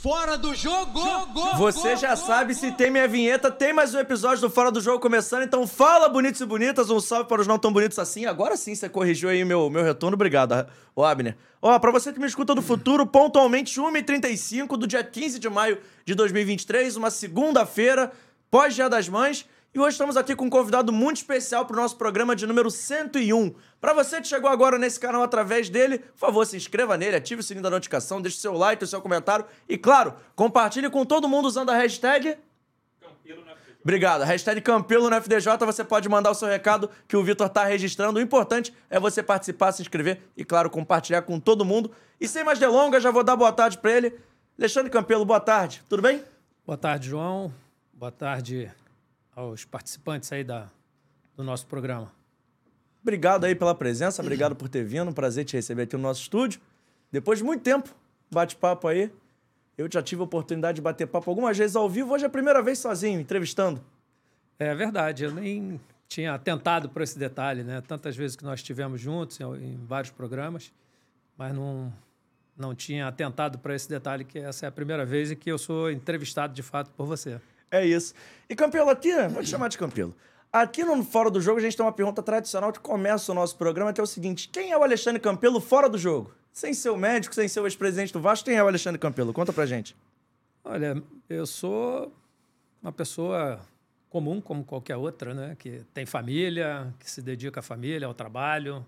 Fora do jogo! Você já sabe, se tem minha vinheta, tem mais um episódio do Fora do Jogo começando, então fala, bonitos e bonitas, um salve para os não tão bonitos assim. Agora sim você corrigiu aí meu retorno, obrigado, ô Abner. Ó, pra você que me escuta do futuro, pontualmente 1h35 do dia 15 de maio de 2023, uma segunda-feira, pós-Dia das Mães, e hoje estamos aqui com um convidado muito especial pro nosso programa de número 101. Pra você que chegou agora nesse canal através dele, por favor, se inscreva nele, ative o sininho da notificação, deixe seu like, o seu comentário e, claro, compartilhe com todo mundo usando a hashtag... Obrigado. Hashtag Campelo no FDJ, você pode mandar o seu recado que o Vitor tá registrando. O importante é você participar, se inscrever e, claro, compartilhar com todo mundo. E sem mais delongas, já vou dar boa tarde pra ele. Alexandre Campelo, boa tarde. Tudo bem? Boa tarde, João. Boa tarde aos participantes aí do nosso programa. Obrigado aí pela presença, obrigado por ter vindo. Um prazer te receber aqui no nosso estúdio. Depois de muito tempo, bate-papo aí. Eu já tive a oportunidade de bater papo algumas vezes ao vivo, hoje é a primeira vez sozinho, entrevistando. É verdade, eu nem tinha atentado por esse detalhe, né? Tantas vezes que nós estivemos juntos em vários programas, mas não tinha atentado para esse detalhe, que essa é a primeira vez em que eu sou entrevistado de fato por você. É isso. E Campelo, aqui, vou te chamar de Campelo. Aqui no Fora do Jogo a gente tem uma pergunta tradicional que começa o nosso programa, que é o seguinte: quem é o Alexandre Campelo fora do jogo? Sem ser o médico, sem ser o ex-presidente do Vasco, quem é o Alexandre Campelo? Conta pra gente. Olha, eu sou uma pessoa comum, como qualquer outra, né? Que tem família, que se dedica à família, ao trabalho,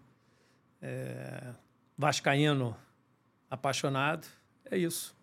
vascaíno apaixonado, é isso.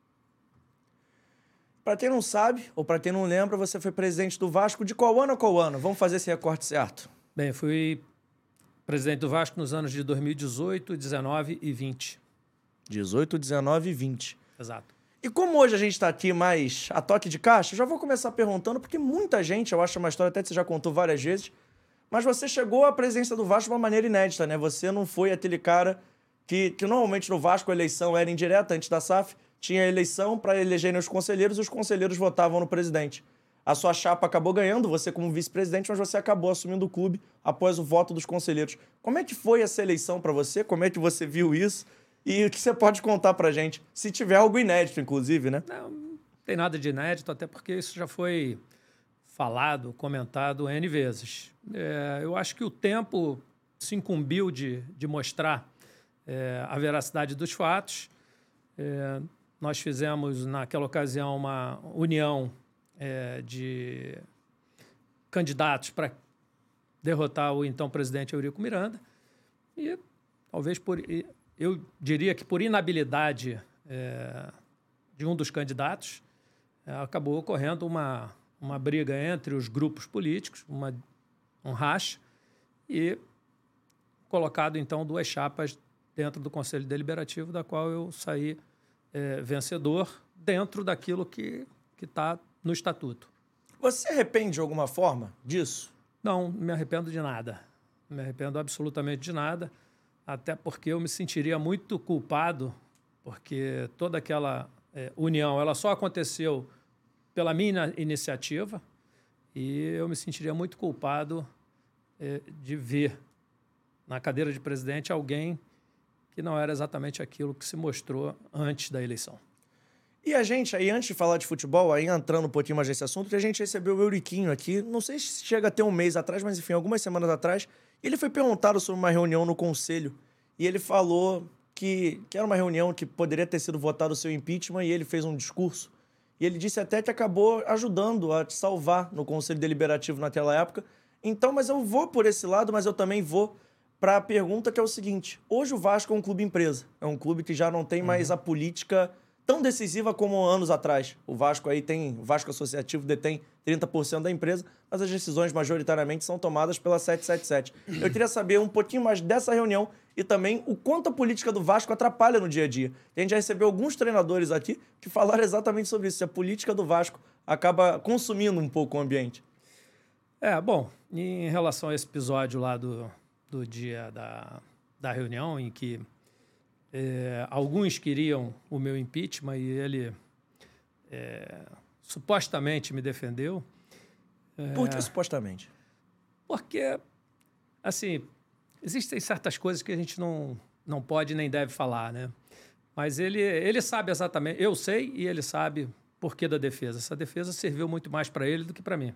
Pra quem não sabe, ou pra quem não lembra, você foi presidente do Vasco de qual ano a qual ano? Vamos fazer esse recorte certo. Bem, fui presidente do Vasco nos anos de 2018, 19 e 20. 18, 19 e 20. Exato. E como hoje a gente tá aqui mais a toque de caixa, eu já vou começar perguntando, porque muita gente, eu acho uma história até que você já contou várias vezes, mas você chegou à presidência do Vasco de uma maneira inédita, né? Você não foi aquele cara que normalmente no Vasco a eleição era indireta antes da SAF, tinha eleição para elegerem os conselheiros e os conselheiros votavam no presidente. A sua chapa acabou ganhando, você como vice-presidente, mas você acabou assumindo o clube após o voto dos conselheiros. Como é que foi essa eleição para você? Como é que você viu isso? E o que você pode contar pra gente? Se tiver algo inédito, inclusive, né? Não tem nada de inédito, até porque isso já foi falado, comentado N vezes. Eu acho que o tempo se incumbiu de mostrar a veracidade dos fatos. Nós fizemos, naquela ocasião, uma união de candidatos para derrotar o então presidente Eurico Miranda e talvez eu diria que por inabilidade de um dos candidatos acabou ocorrendo uma briga entre os grupos políticos, um racha, e colocado então duas chapas dentro do Conselho Deliberativo, da qual eu saí vencedor dentro daquilo que está no Estatuto. Você arrepende de alguma forma disso? Não me arrependo de nada. Não me arrependo absolutamente de nada, até porque eu me sentiria muito culpado, porque toda aquela união ela só aconteceu pela minha iniciativa e eu me sentiria muito culpado de ver na cadeira de presidente alguém que não era exatamente aquilo que se mostrou antes da eleição. E a gente, aí antes de falar de futebol, aí entrando um pouquinho mais nesse assunto, a gente recebeu o Euriquinho aqui, não sei se chega a ter um mês atrás, mas enfim, algumas semanas atrás, ele foi perguntado sobre uma reunião no conselho, e ele falou que era uma reunião que poderia ter sido votado o seu impeachment, e ele fez um discurso, e ele disse até que acabou ajudando a te salvar no Conselho Deliberativo naquela época. Então, mas eu vou por esse lado, mas eu também vou para a pergunta que é o seguinte: hoje o Vasco é um clube empresa, é um clube que já não tem mais a política tão decisiva como anos atrás. O Vasco Associativo detém 30% da empresa, mas as decisões majoritariamente são tomadas pela 777. Eu queria saber um pouquinho mais dessa reunião e também o quanto a política do Vasco atrapalha no dia a dia. A gente já recebeu alguns treinadores aqui que falaram exatamente sobre isso, se a política do Vasco acaba consumindo um pouco o ambiente. Bom, em relação a esse episódio lá do dia da reunião, em que alguns queriam o meu impeachment e ele supostamente me defendeu. Por que supostamente? Porque, assim, existem certas coisas que a gente não pode nem deve falar, né? Mas ele sabe exatamente, eu sei e ele sabe por que da defesa. Essa defesa serviu muito mais para ele do que para mim.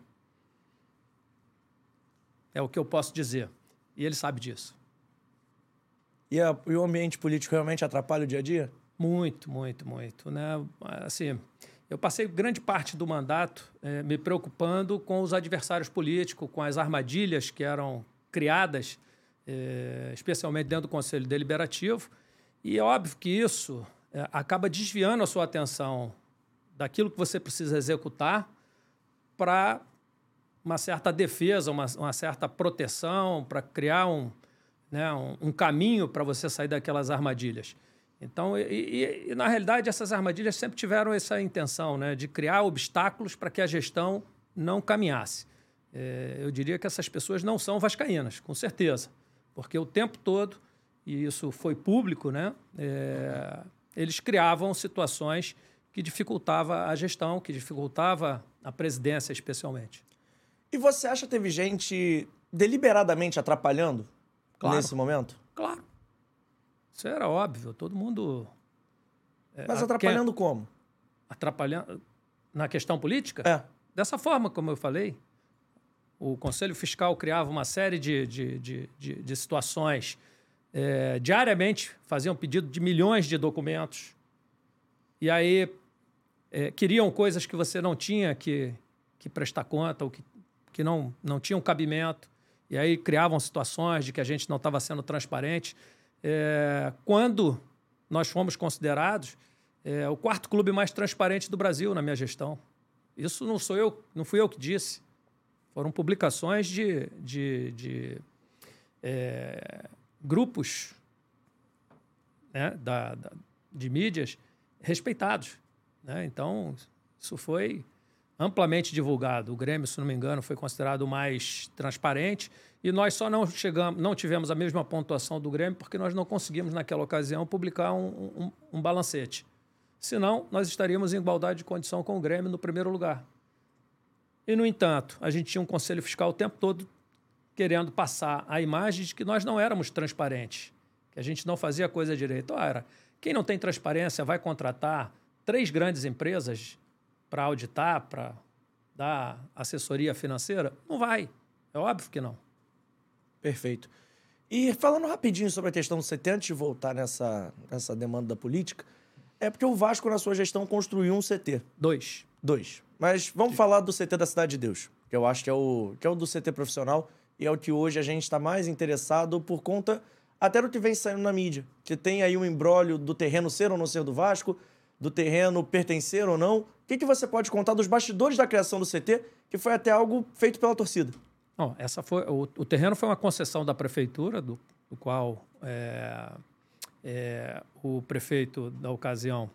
É o que eu posso dizer. E ele sabe disso. E o ambiente político realmente atrapalha o dia a dia? Muito, muito, muito, né? Assim, eu passei grande parte do mandato me preocupando com os adversários políticos, com as armadilhas que eram criadas, especialmente dentro do Conselho Deliberativo. E é óbvio que isso acaba desviando a sua atenção daquilo que você precisa executar para uma certa defesa, uma certa proteção, para criar um caminho para você sair daquelas armadilhas. Então, na realidade, essas armadilhas sempre tiveram essa intenção, né, de criar obstáculos para que a gestão não caminhasse. Eu diria que essas pessoas não são vascaínas, com certeza, porque o tempo todo, e isso foi público, né, eles criavam situações que dificultavam a gestão, que dificultava a presidência, especialmente. E você acha que teve gente deliberadamente atrapalhando nesse momento? Claro. Isso era óbvio, todo mundo... Mas atrapalhando como? Atrapalhando na questão política? Dessa forma, como eu falei. O Conselho Fiscal criava uma série de situações. Diariamente faziam pedido de milhões de documentos. E aí queriam coisas que você não tinha que prestar conta, ou que não tinham cabimento. E aí criavam situações de que a gente não estava sendo transparente. Quando nós fomos considerados o quarto clube mais transparente do Brasil na minha gestão. Isso não fui eu que disse. Foram publicações de grupos, né, de mídias respeitados, né? Então, isso foi amplamente divulgado. O Grêmio, se não me engano, foi considerado o mais transparente e nós só não tivemos a mesma pontuação do Grêmio porque nós não conseguimos, naquela ocasião, publicar um balancete. Senão, nós estaríamos em igualdade de condição com o Grêmio no primeiro lugar. E, no entanto, a gente tinha um Conselho Fiscal o tempo todo querendo passar a imagem de que nós não éramos transparentes, que a gente não fazia a coisa direito. Ora, quem não tem transparência vai contratar 3 grandes empresas para auditar, para dar assessoria financeira? Não vai. É óbvio que não. Perfeito. E falando rapidinho sobre a questão do CT, antes de voltar nessa demanda da política, porque o Vasco, na sua gestão, construiu um CT. 2. Mas vamos falar do CT da Cidade de Deus, que eu acho que é o do CT profissional e é o que hoje a gente está mais interessado por conta até do que vem saindo na mídia, que tem aí um imbróglio do terreno ser ou não ser do Vasco, do terreno pertencer ou não. O que você pode contar dos bastidores da criação do CT, que foi até algo feito pela torcida? Não, o terreno foi uma concessão da prefeitura, do qual o prefeito da ocasião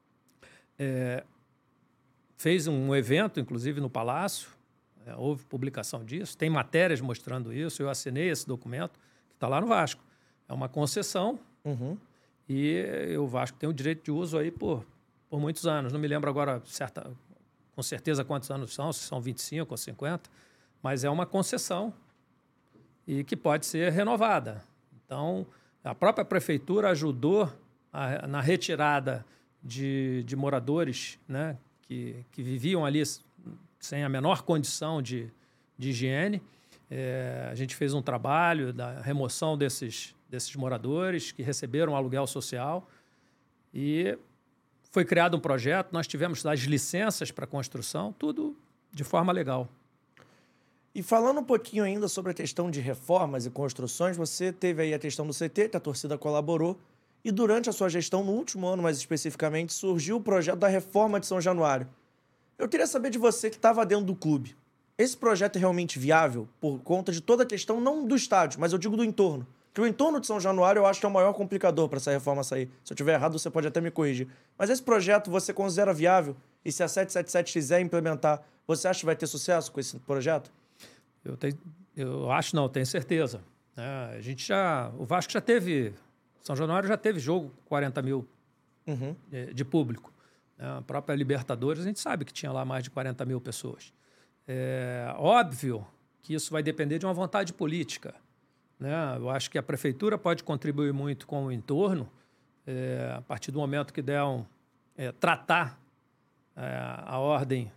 fez um evento, inclusive no Palácio, houve publicação disso, tem matérias mostrando isso, eu assinei esse documento, que está lá no Vasco. É uma concessão e o Vasco tem o direito de uso aí por muitos anos. Não me lembro agora com certeza quantos anos são, se são 25 ou 50, mas é uma concessão e que pode ser renovada. Então, a própria prefeitura ajudou na retirada de moradores, né, que viviam ali sem a menor condição de higiene. A gente fez um trabalho da remoção desses moradores que receberam aluguel social e foi criado um projeto, nós tivemos as licenças para construção, tudo de forma legal. E falando um pouquinho ainda sobre a questão de reformas e construções, você teve aí a questão do CT, que a torcida colaborou, e durante a sua gestão, no último ano mais especificamente, surgiu o projeto da reforma de São Januário. Eu queria saber de você que estava dentro do clube. Esse projeto é realmente viável por conta de toda a questão, não do estádio, mas eu digo do entorno? Porque o entorno de São Januário eu acho que é o maior complicador para essa reforma sair. Se eu estiver errado, você pode até me corrigir. Mas esse projeto você considera viável? E se a 777 quiser implementar, você acha que vai ter sucesso com esse projeto? Eu acho não, tenho certeza. O Vasco já teve... São Januário já teve jogo com 40 mil de público. A própria Libertadores, a gente sabe que tinha lá mais de 40 mil pessoas. Óbvio que isso vai depender de uma vontade política, né? Eu acho que a prefeitura pode contribuir muito com o entorno, a partir do momento que deram tratar a ordem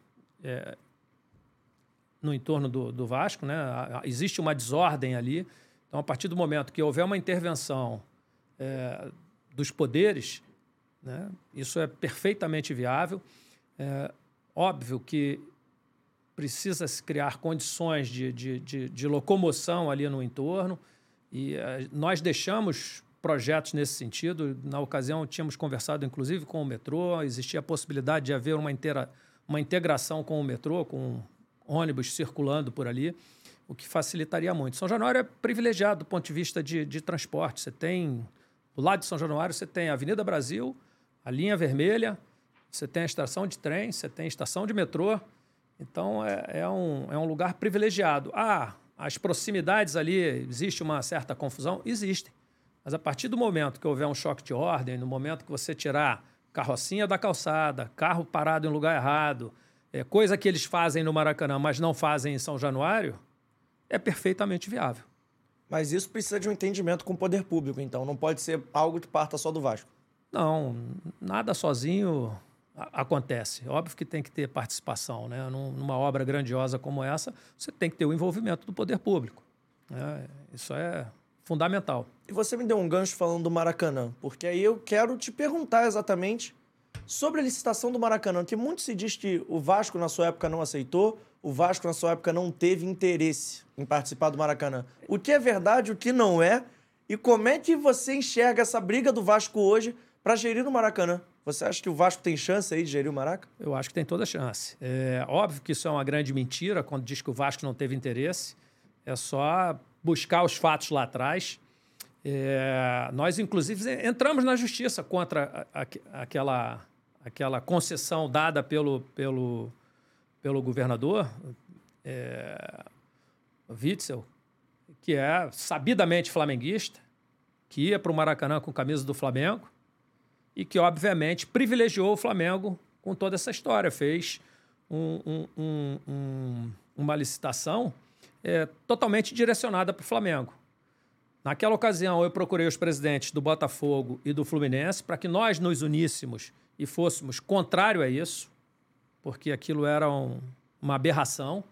no entorno do Vasco, né? Existe uma desordem ali. Então, a partir do momento que houver uma intervenção dos poderes, né? Isso é perfeitamente viável. Óbvio que precisa se criar condições de locomoção ali no entorno e nós deixamos projetos nesse sentido. Na ocasião, tínhamos conversado, inclusive, com o metrô. Existia a possibilidade de haver uma integração com o metrô, com ônibus circulando por ali, o que facilitaria muito. São Januário é privilegiado do ponto de vista de transporte. Você tem, do lado de São Januário, você tem a Avenida Brasil, a linha vermelha, você tem a estação de trem, você tem a estação de metrô. Então, é um lugar privilegiado. As proximidades ali, existe uma certa confusão? Existem. Mas a partir do momento que houver um choque de ordem, no momento que você tirar carrocinha da calçada, carro parado em lugar errado, coisa que eles fazem no Maracanã, mas não fazem em São Januário, é perfeitamente viável. Mas isso precisa de um entendimento com o poder público, então. Não pode ser algo que parta só do Vasco. Não, nada sozinho acontece. Óbvio que tem que ter participação, né? Numa obra grandiosa como essa, você tem que ter o envolvimento do poder público, né? Isso é fundamental. E você me deu um gancho falando do Maracanã, porque aí eu quero te perguntar exatamente sobre a licitação do Maracanã, que muito se diz que o Vasco, na sua época, não aceitou, o Vasco, na sua época, não teve interesse em participar do Maracanã. O que é verdade, o que não é, e como é que você enxerga essa briga do Vasco hoje para gerir o Maracanã? Você acha que o Vasco tem chance aí de gerir o Maraca? Eu acho que tem toda a chance. É óbvio que isso é uma grande mentira, quando diz que o Vasco não teve interesse. É só buscar os fatos lá atrás. Nós, inclusive, entramos na justiça contra aquela concessão dada pelo governador, Witzel, que é sabidamente flamenguista, que ia para o Maracanã com camisa do Flamengo e que, obviamente, privilegiou o Flamengo com toda essa história. Fez uma licitação totalmente direcionada para o Flamengo. Naquela ocasião, eu procurei os presidentes do Botafogo e do Fluminense para que nós nos uníssemos e fôssemos contrário a isso, porque aquilo era uma aberração.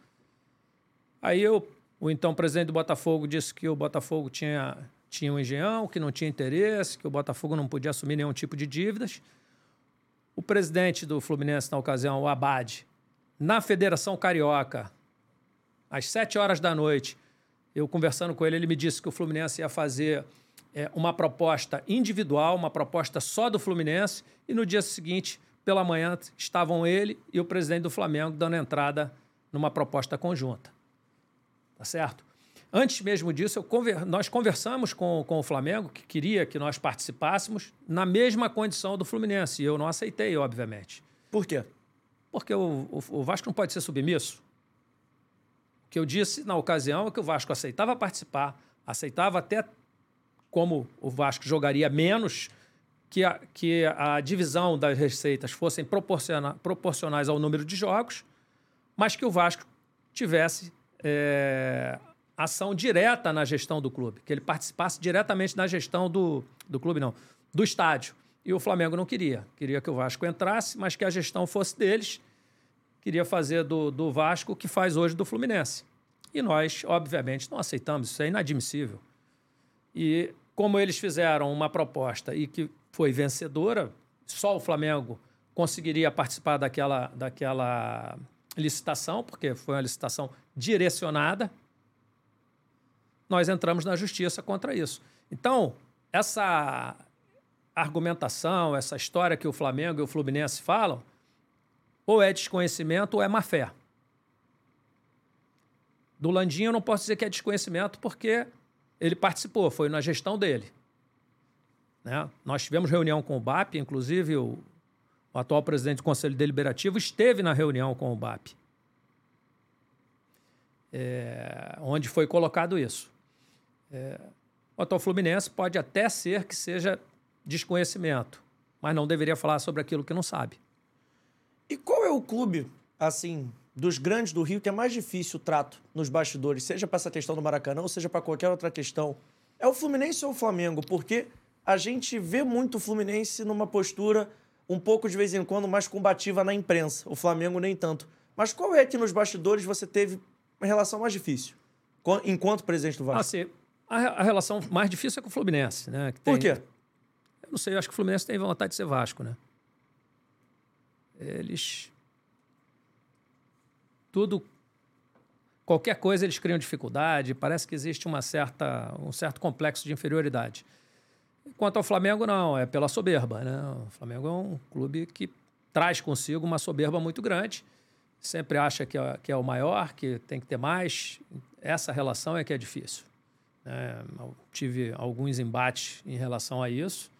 Aí o então presidente do Botafogo disse que o Botafogo tinha um engenhão, que não tinha interesse, que o Botafogo não podia assumir nenhum tipo de dívidas. O presidente do Fluminense, na ocasião, o Abad, na Federação Carioca, às 7h da noite, eu conversando com ele, ele me disse que o Fluminense ia fazer uma proposta individual, uma proposta só do Fluminense, e no dia seguinte, pela manhã, estavam ele e o presidente do Flamengo dando entrada numa proposta conjunta. Tá certo? Antes mesmo disso, nós conversamos com o Flamengo, que queria que nós participássemos na mesma condição do Fluminense, e eu não aceitei, obviamente. Por quê? Porque o Vasco não pode ser submisso. O que eu disse na ocasião é que o Vasco aceitava participar, aceitava até como o Vasco jogaria menos, que a divisão das receitas fossem proporcionais ao número de jogos, mas que o Vasco tivesse ação direta na gestão do clube, que ele participasse diretamente na gestão do clube, não, do estádio. E o Flamengo não queria. Queria que o Vasco entrasse, mas que a gestão fosse deles. Queria fazer do Vasco o que faz hoje do Fluminense. E nós, obviamente, não aceitamos. Isso é inadmissível. E como eles fizeram uma proposta e que foi vencedora, só o Flamengo conseguiria participar daquela licitação, porque foi uma licitação direcionada, nós entramos na justiça contra isso. Então, essa argumentação, essa história que o Flamengo e o Fluminense falam, ou é desconhecimento ou é má-fé. Do Landinho eu não posso dizer que é desconhecimento porque ele participou, foi na gestão dele. Né? Nós tivemos reunião com o BAP, inclusive o atual presidente do Conselho Deliberativo esteve na reunião com o BAP, onde foi colocado isso. O atual Fluminense pode até ser que seja desconhecimento, mas não deveria falar sobre aquilo que não sabe. E qual é o clube, assim, dos grandes do Rio que é mais difícil o trato nos bastidores, seja para essa questão do Maracanã ou seja para qualquer outra questão? É o Fluminense ou o Flamengo? Porque a gente vê muito o Fluminense numa postura um pouco, de vez em quando, mais combativa na imprensa. O Flamengo nem tanto. Mas qual é que nos bastidores você teve uma relação mais difícil, enquanto presidente do Vasco? Assim, a relação mais difícil é com o Fluminense, né? Que tem, Por quê? Eu não sei, eu acho que o Fluminense tem vontade de ser Vasco, né? Eles... Qualquer coisa eles criam dificuldade, parece que existe um certo complexo de inferioridade. Quanto ao Flamengo, não, é pela soberba, né? O Flamengo é um clube que traz consigo uma soberba muito grande, sempre acha que é o maior, que tem que ter mais. Essa relação é que é difícil. Eu tive alguns embates em relação a isso,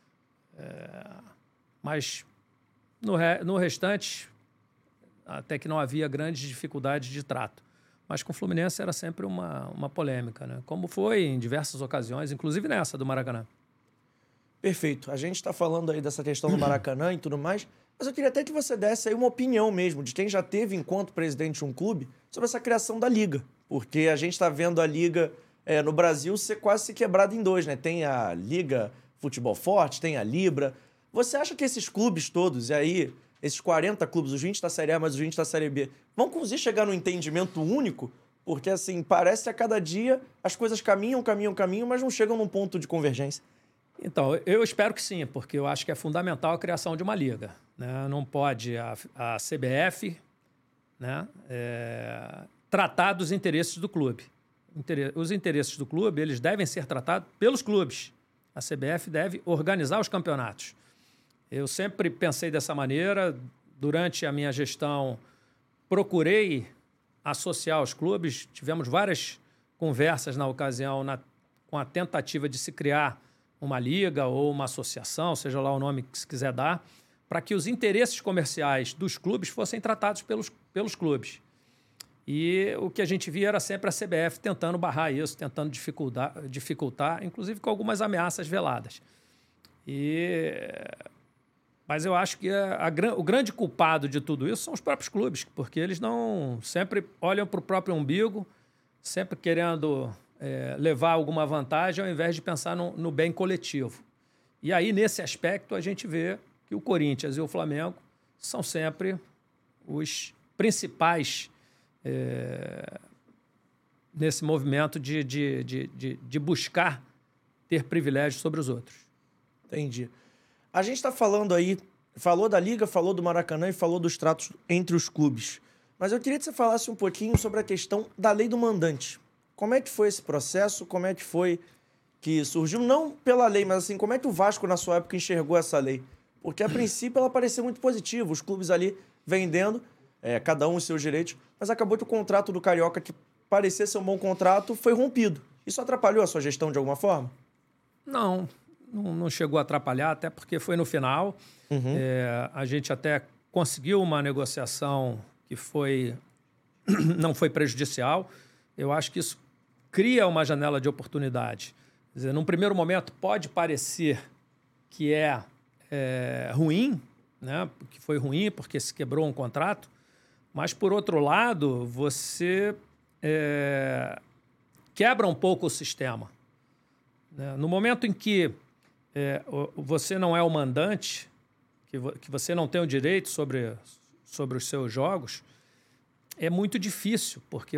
mas no restante, até que não havia grandes dificuldades de trato. Mas com o Fluminense era sempre uma polêmica, né? Como foi em diversas ocasiões, inclusive nessa do Maracanã. Perfeito. A gente está falando aí dessa questão do Maracanã e tudo mais, mas eu queria até que você desse aí uma opinião mesmo de quem já teve, enquanto presidente de um clube, sobre essa criação da Liga. Porque a gente está vendo a Liga no Brasil ser quase se quebrada em dois, né? Tem a Liga Futebol Forte, tem a Libra. Você acha que esses clubes todos, e aí esses 40 clubes, os 20 da Série A, mas os 20 da Série B, vão conseguir chegar num entendimento único? Porque, assim, parece que a cada dia as coisas caminham, mas não chegam num ponto de convergência. Então, eu espero que sim, porque eu acho que é fundamental a criação de uma liga, né? Não pode a CBF, né, tratar dos interesses do clube. Os interesses do clube, eles devem ser tratados pelos clubes. A CBF deve organizar os campeonatos. Eu sempre pensei dessa maneira. Durante a minha gestão, procurei associar os clubes. Tivemos várias conversas na ocasião com a tentativa de se criar uma liga ou uma associação, seja lá o nome que se quiser dar, para que os interesses comerciais dos clubes fossem tratados pelos clubes. E o que a gente via era sempre a CBF tentando barrar isso, tentando dificultar, inclusive com algumas ameaças veladas. Mas eu acho que o grande culpado de tudo isso são os próprios clubes, porque eles não sempre olham para o próprio umbigo, sempre querendo levar alguma vantagem, ao invés de pensar no bem coletivo. E aí, nesse aspecto, a gente vê que o Corinthians e o Flamengo são sempre os principais nesse movimento de buscar ter privilégios sobre os outros. Entendi. A gente está falando aí, falou da Liga, falou do Maracanã e falou dos tratos entre os clubes. Mas eu queria que você falasse um pouquinho sobre a questão da lei do mandante. Como é que foi esse processo? Como é que foi que surgiu? Não pela lei, mas assim, como é que o Vasco, na sua época, enxergou essa lei? Porque, a princípio, ela parecia muito positiva. Os clubes ali vendendo, cada um os seus direitos, mas acabou que o contrato do Carioca, que parecia ser um bom contrato, foi rompido. Isso atrapalhou a sua gestão de alguma forma? Não chegou a atrapalhar, até porque foi no final. A gente até conseguiu uma negociação que não foi prejudicial. Eu acho que isso cria uma janela de oportunidade. Quer dizer, num primeiro momento pode parecer que é ruim, né? Que foi ruim porque se quebrou um contrato, mas, por outro lado, você quebra um pouco o sistema. Né? No momento em que você não é o mandante, que você não tem o direito sobre os seus jogos, é muito difícil, porque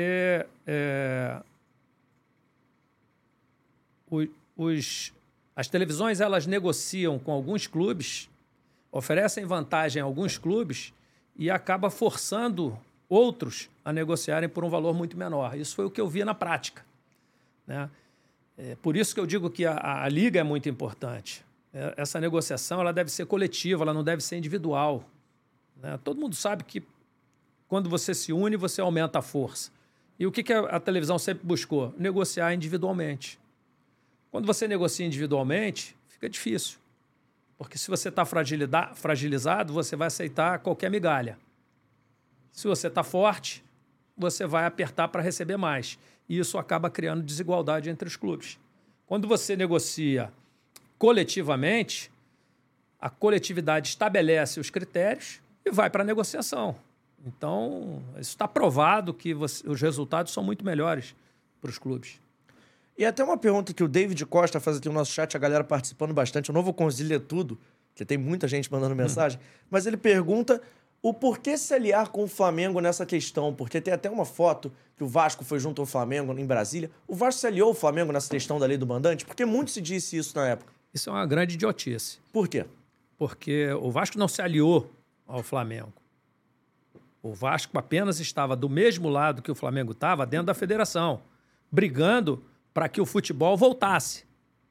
as televisões, elas negociam com alguns clubes, oferecem vantagem a alguns clubes e acaba forçando outros a negociarem por um valor muito menor. Isso foi o que eu vi na prática, né? Por isso que eu digo que a Liga é muito importante. Essa negociação, ela deve ser coletiva, ela não deve ser individual, né? Todo mundo sabe que quando você se une, você aumenta a força. E o que a televisão sempre buscou? Negociar individualmente. Quando você negocia individualmente, fica difícil. Porque se você está fragilizado, você vai aceitar qualquer migalha. Se você está forte, você vai apertar para receber mais. E isso acaba criando desigualdade entre os clubes. Quando você negocia coletivamente, a coletividade estabelece os critérios e vai para a negociação. Então, isso está provado que os resultados são muito melhores para os clubes. E até uma pergunta que o David Costa faz aqui no nosso chat, a galera participando bastante. Eu não vou conseguir ler tudo, porque tem muita gente mandando mensagem. Mas ele pergunta o porquê se aliar com o Flamengo nessa questão. Porque tem até uma foto que o Vasco foi junto ao Flamengo em Brasília. O Vasco se aliou ao Flamengo nessa questão da lei do mandante? Porque muito se disse isso na época. Isso é uma grande idiotice. Por quê? Porque o Vasco não se aliou ao Flamengo. O Vasco apenas estava do mesmo lado que o Flamengo estava, dentro da federação, brigando para que o futebol voltasse.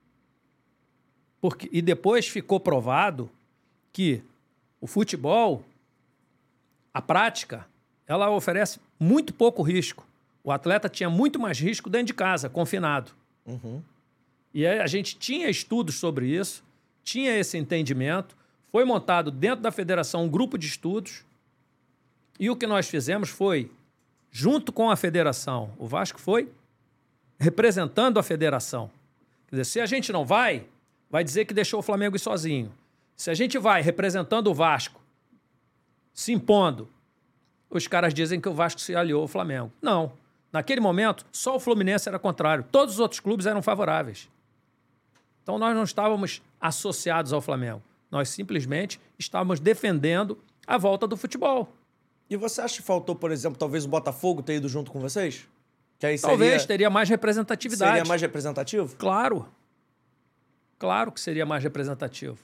E depois ficou provado que o futebol, a prática, ela oferece muito pouco risco. O atleta tinha muito mais risco dentro de casa, confinado. E a gente tinha estudos sobre isso, tinha esse entendimento, foi montado dentro da federação um grupo de estudos, e o que nós fizemos foi, junto com a federação, o Vasco foi representando a federação. Quer dizer, se a gente não vai dizer que deixou o Flamengo ir sozinho. Se a gente vai representando o Vasco, se impondo, os caras dizem que o Vasco se aliou ao Flamengo. Não. Naquele momento, só o Fluminense era contrário. Todos os outros clubes eram favoráveis. Então, nós não estávamos associados ao Flamengo. Nós simplesmente estávamos defendendo a volta do futebol. E você acha que faltou, por exemplo, talvez o Botafogo ter ido junto com vocês? Que aí talvez teria mais representatividade. Seria mais representativo? Claro. Claro que seria mais representativo.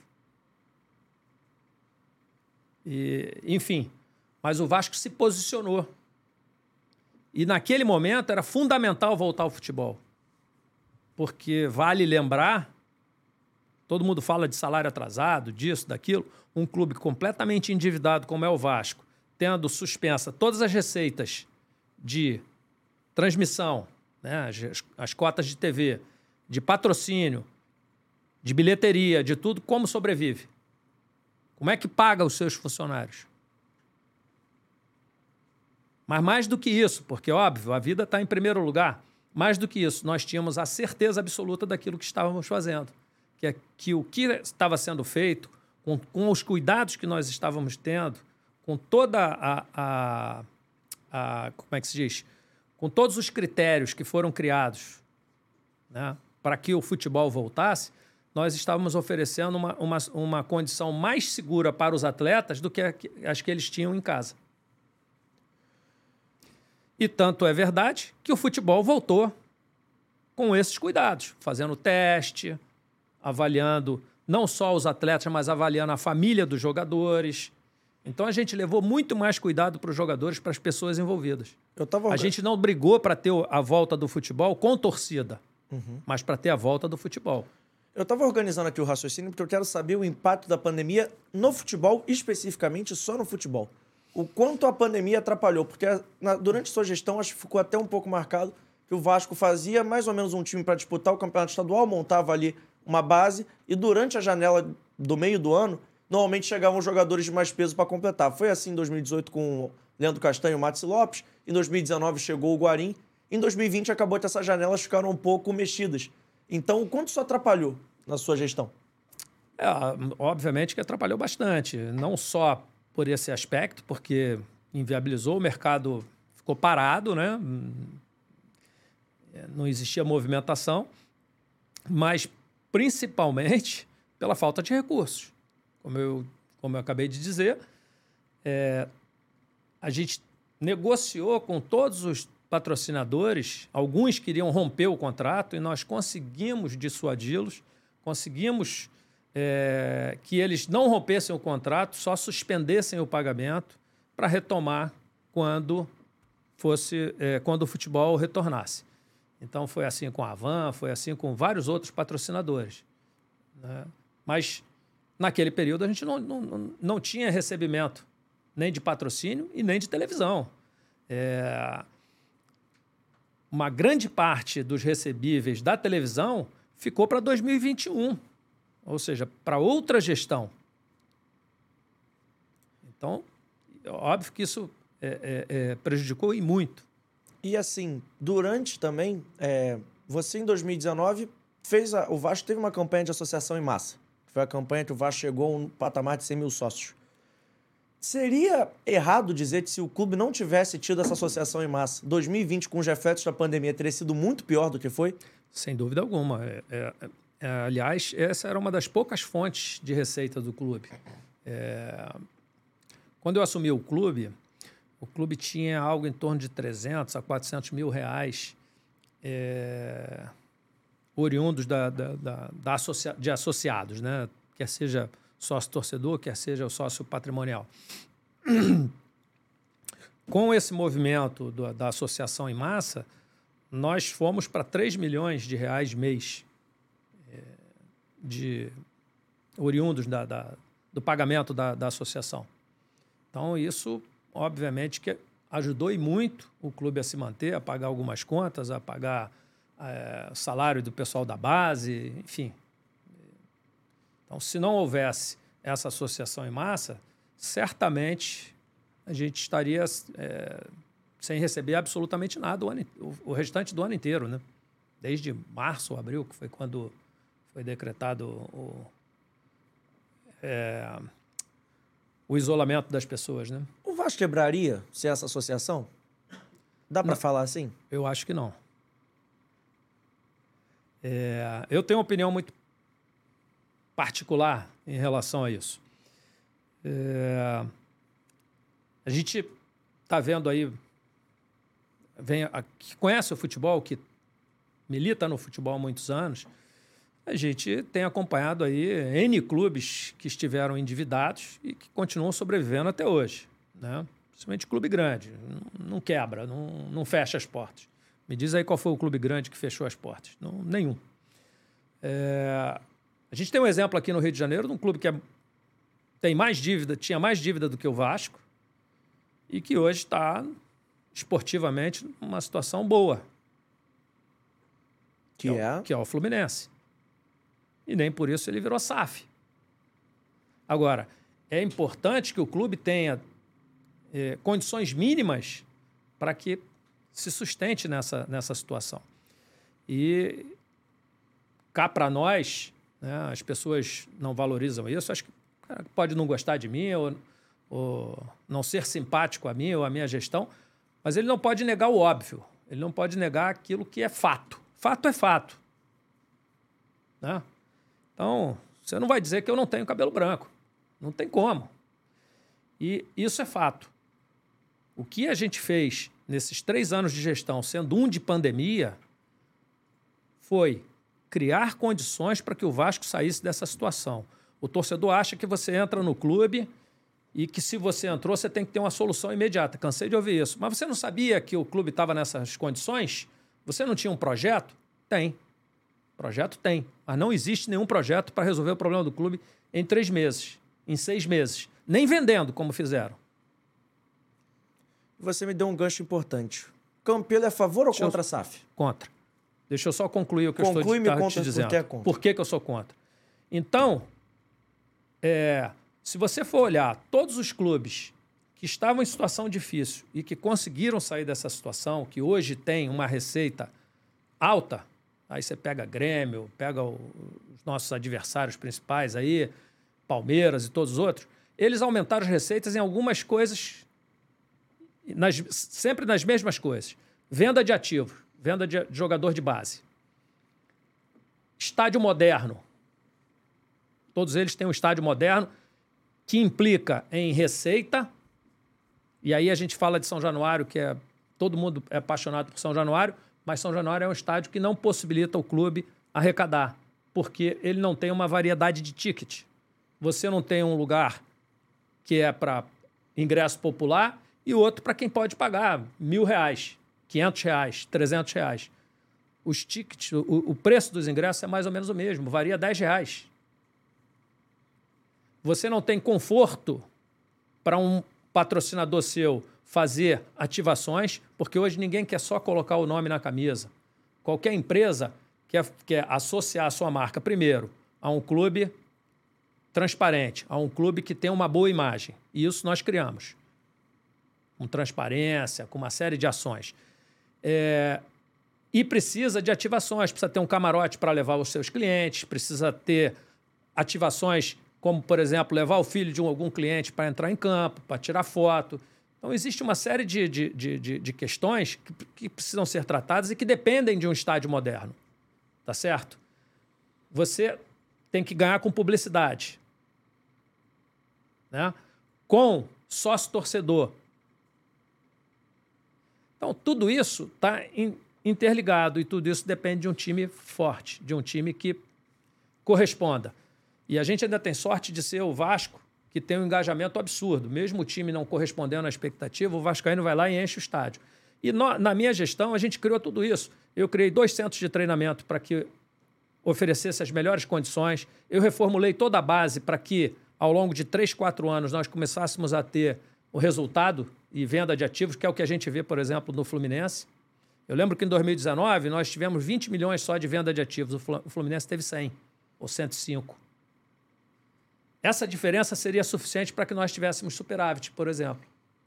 Enfim, mas o Vasco se posicionou. E naquele momento era fundamental voltar ao futebol. Porque vale lembrar, todo mundo fala de salário atrasado, disso, daquilo, um clube completamente endividado como é o Vasco, tendo suspensa todas as receitas de transmissão, né, as cotas de TV, de patrocínio, de bilheteria, de tudo, como sobrevive? Como é que paga os seus funcionários? Mas mais do que isso, porque, óbvio, a vida está em primeiro lugar, mais do que isso, nós tínhamos a certeza absoluta daquilo que estávamos fazendo, que o que estava sendo feito, com os cuidados que nós estávamos tendo, com toda como é que se diz? Com todos os critérios que foram criados, né, para que o futebol voltasse, nós estávamos oferecendo uma condição mais segura para os atletas do que as que eles tinham em casa. E tanto é verdade que o futebol voltou com esses cuidados, fazendo teste, avaliando não só os atletas, mas avaliando a família dos jogadores. Então a gente levou muito mais cuidado para os jogadores, para as pessoas envolvidas. A gente não brigou para ter a volta do futebol com torcida, mas para ter a volta do futebol. Eu estava organizando aqui o raciocínio porque eu quero saber o impacto da pandemia no futebol, especificamente só no futebol. O quanto a pandemia atrapalhou, porque durante sua gestão acho que ficou até um pouco marcado que o Vasco fazia mais ou menos um time para disputar o campeonato estadual, montava ali uma base e durante a janela do meio do ano, normalmente chegavam jogadores de mais peso para completar. Foi assim em 2018 com o Leandro Castanho e o Maxi Lopes, em 2019 chegou o Guarim, em 2020 acabou que essas janelas ficaram um pouco mexidas. Então, o quanto isso atrapalhou na sua gestão? Obviamente que atrapalhou bastante, não só por esse aspecto, porque inviabilizou, o mercado ficou parado, né? Não existia movimentação, mas principalmente pela falta de recursos. Como eu acabei de dizer, a gente negociou com todos os patrocinadores, alguns queriam romper o contrato e nós conseguimos dissuadi-los, conseguimos que eles não rompessem o contrato, só suspendessem o pagamento para retomar quando o futebol retornasse. Então, foi assim com a Havan, foi assim com vários outros patrocinadores, né? Mas, naquele período, a gente não tinha recebimento nem de patrocínio e nem de televisão. Uma grande parte dos recebíveis da televisão ficou para 2021, ou seja, para outra gestão. Então, óbvio que isso prejudicou e muito. E assim, durante também, você em 2019 o Vasco teve uma campanha de associação em massa. Foi a campanha que o Vasco chegou a um patamar de 100 mil sócios. Seria errado dizer que se o clube não tivesse tido essa associação em massa, 2020, com os reflexos da pandemia, teria sido muito pior do que foi? Sem dúvida alguma. Aliás, essa era uma das poucas fontes de receita do clube. Quando eu assumi o clube tinha algo em torno de 300 a 400 mil reais oriundos de associados, né? Quer seja sócio-torcedor, quer seja o sócio patrimonial. Com esse movimento da associação em massa, nós fomos para 3 milhões de reais mês de oriundos do pagamento da associação. Então, isso, obviamente, que ajudou e muito o clube a se manter, a pagar algumas contas, a pagar salário do pessoal da base, enfim. Então, se não houvesse essa associação em massa, certamente a gente estaria sem receber absolutamente nada o restante do ano inteiro, né? Desde março ou abril, que foi quando foi decretado o isolamento das pessoas, né? O Vasco quebraria se essa associação? Dá para falar assim? Eu acho que não. Eu tenho uma opinião muito particular em relação a isso. A gente está vendo aí, que conhece o futebol, que milita no futebol há muitos anos, a gente tem acompanhado aí N clubes que estiveram endividados e que continuam sobrevivendo até hoje, né? Principalmente clube grande, não quebra, não fecha as portas. Me diz aí qual foi o clube grande que fechou as portas. Não, nenhum. A gente tem um exemplo aqui no Rio de Janeiro de um clube que tinha mais dívida do que o Vasco e que hoje está esportivamente numa situação boa. Que é o Fluminense. E nem por isso ele virou SAF. Agora, é importante que o clube tenha condições mínimas para que se sustente nessa situação. E cá para nós, né, as pessoas não valorizam isso. Acho que o cara pode não gostar de mim ou não ser simpático a mim ou a minha gestão, mas ele não pode negar o óbvio. Ele não pode negar aquilo que é fato. Fato é fato. Né? Então, você não vai dizer que eu não tenho cabelo branco. Não tem como. E isso é fato. O que a gente fez nesses 3 anos de gestão, sendo um de pandemia, foi criar condições para que o Vasco saísse dessa situação. O torcedor acha que você entra no clube e que se você entrou, você tem que ter uma solução imediata. Cansei de ouvir isso. Mas você não sabia que o clube estava nessas condições? Você não tinha um projeto? Tem. Projeto tem. Mas não existe nenhum projeto para resolver o problema do clube em 3 meses, em 6 meses. Nem vendendo, como fizeram. Você me deu um gancho importante. Campelo é a favor ou contra a SAF? Contra. Deixa eu só concluir o que eu estou te dizendo. Por que eu sou contra? Então, se você for olhar todos os clubes que estavam em situação difícil e que conseguiram sair dessa situação, que hoje tem uma receita alta, aí você pega Grêmio, pega os nossos adversários principais aí, Palmeiras e todos os outros, eles aumentaram as receitas em algumas coisas, sempre nas mesmas coisas. Venda de ativos, venda de jogador de base. Estádio moderno. Todos eles têm um estádio moderno que implica em receita. E aí a gente fala de São Januário, todo mundo é apaixonado por São Januário, mas São Januário é um estádio que não possibilita o clube arrecadar, porque ele não tem uma variedade de ticket. Você não tem um lugar que é para ingresso popular e outro para quem pode pagar R$1.000, R$500, R$300. Os tickets, o preço dos ingressos é mais ou menos o mesmo, varia R$10. Você não tem conforto para um patrocinador seu fazer ativações, porque hoje ninguém quer só colocar o nome na camisa. Qualquer empresa quer associar a sua marca, primeiro, a um clube transparente, a um clube que tem uma boa imagem. E isso nós criamos. Com transparência, com uma série de ações. E precisa de ativações, precisa ter um camarote para levar os seus clientes, precisa ter ativações como, por exemplo, levar o filho de algum cliente para entrar em campo, para tirar foto. Então, existe uma série de questões que precisam ser tratadas e que dependem de um estádio moderno. Tá certo? Você tem que ganhar com publicidade, né? Com sócio-torcedor. Então, tudo isso está interligado e tudo isso depende de um time forte, de um time que corresponda. E a gente ainda tem sorte de ser o Vasco, que tem um engajamento absurdo. Mesmo o time não correspondendo à expectativa, o vascaíno vai lá e enche o estádio. E na minha gestão, a gente criou tudo isso. Eu criei 2 centros de treinamento para que oferecesse as melhores condições. Eu reformulei toda a base para que, ao longo de 3, 4 anos, nós começássemos a ter o resultado e venda de ativos, que é o que a gente vê, por exemplo, no Fluminense. Eu lembro que em 2019 nós tivemos 20 milhões só de venda de ativos. O Fluminense teve 100 ou 105. Essa diferença seria suficiente para que nós tivéssemos superávit, por exemplo.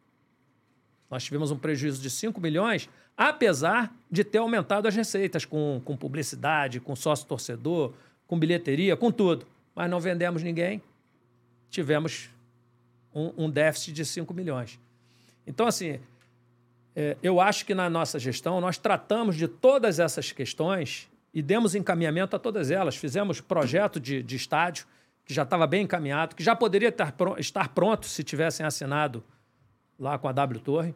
Nós tivemos um prejuízo de 5 milhões, apesar de ter aumentado as receitas com publicidade, com sócio-torcedor, com bilheteria, com tudo. Mas não vendemos ninguém, tivemos um déficit de 5 milhões. Então, assim, eu acho que na nossa gestão nós tratamos de todas essas questões e demos encaminhamento a todas elas. Fizemos projeto de estádio, que já estava bem encaminhado, que já poderia estar pronto se tivessem assinado lá com a W Torre.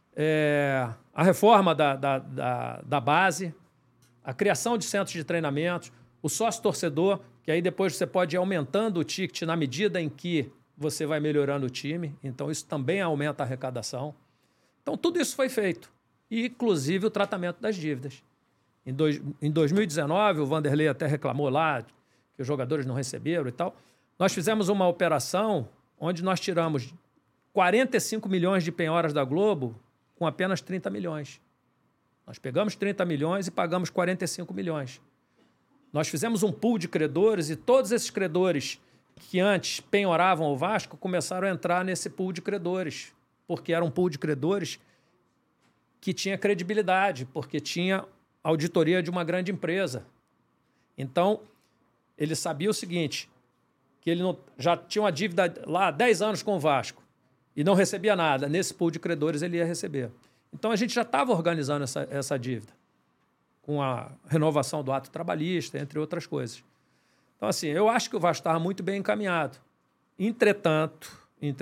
A reforma da base, a criação de centros de treinamentos, o sócio-torcedor, que aí depois você pode ir aumentando o ticket na medida em que você vai melhorando o time. Então, isso também aumenta a arrecadação. Então, tudo isso foi feito. E, inclusive, o tratamento das dívidas. Em 2019, o Vanderlei até reclamou lá que os jogadores não receberam e tal. Nós fizemos uma operação onde nós tiramos 45 milhões de penhoras da Globo com apenas 30 milhões. Nós pegamos 30 milhões e pagamos 45 milhões. Nós fizemos um pool de credores e todos esses credores que antes penhoravam o Vasco começaram a entrar nesse pool de credores, porque era um pool de credores que tinha credibilidade, porque tinha auditoria de uma grande empresa. Então, ele sabia o seguinte, que ele já tinha uma dívida lá há 10 anos com o Vasco e não recebia nada. Nesse pool de credores ele ia receber. Então a gente já estava organizando essa dívida, com a renovação do ato trabalhista, entre outras coisas. Então, assim, eu acho que o Vasco estava muito bem encaminhado. Entretanto,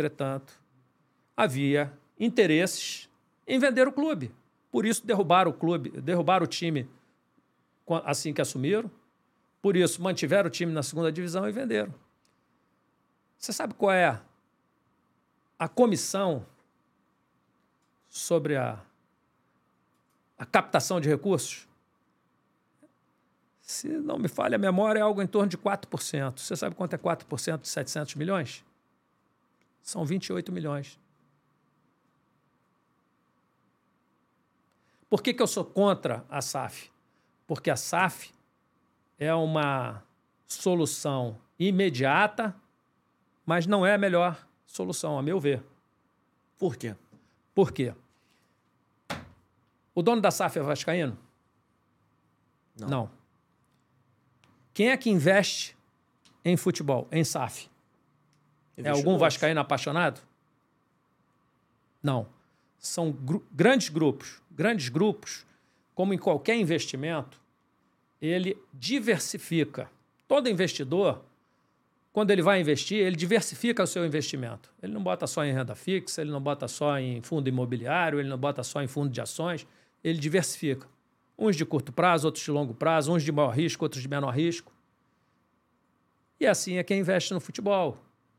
havia interesses em vender o clube. Por isso derrubaram o time assim que assumiram. Por isso, mantiveram o time na segunda divisão e venderam. Você sabe qual é a comissão sobre a captação de recursos? Se não me falha a memória, é algo em torno de 4%. Você sabe quanto é 4% de 700 milhões? São 28 milhões. Por que eu sou contra a SAF? Porque a SAF é uma solução imediata, mas não é a melhor solução, a meu ver. Por quê? Por quê? O dono da SAF é vascaíno? Não. Quem é que investe em futebol, em SAF? É algum vascaíno apaixonado? Não. São grandes grupos, como em qualquer investimento, ele diversifica. Todo investidor, quando ele vai investir, ele diversifica o seu investimento. Ele não bota só em renda fixa, ele não bota só em fundo imobiliário, ele não bota só em fundo de ações, ele diversifica. Uns de curto prazo, outros de longo prazo, uns de maior risco, outros de menor risco. E assim é quem investe no futebol.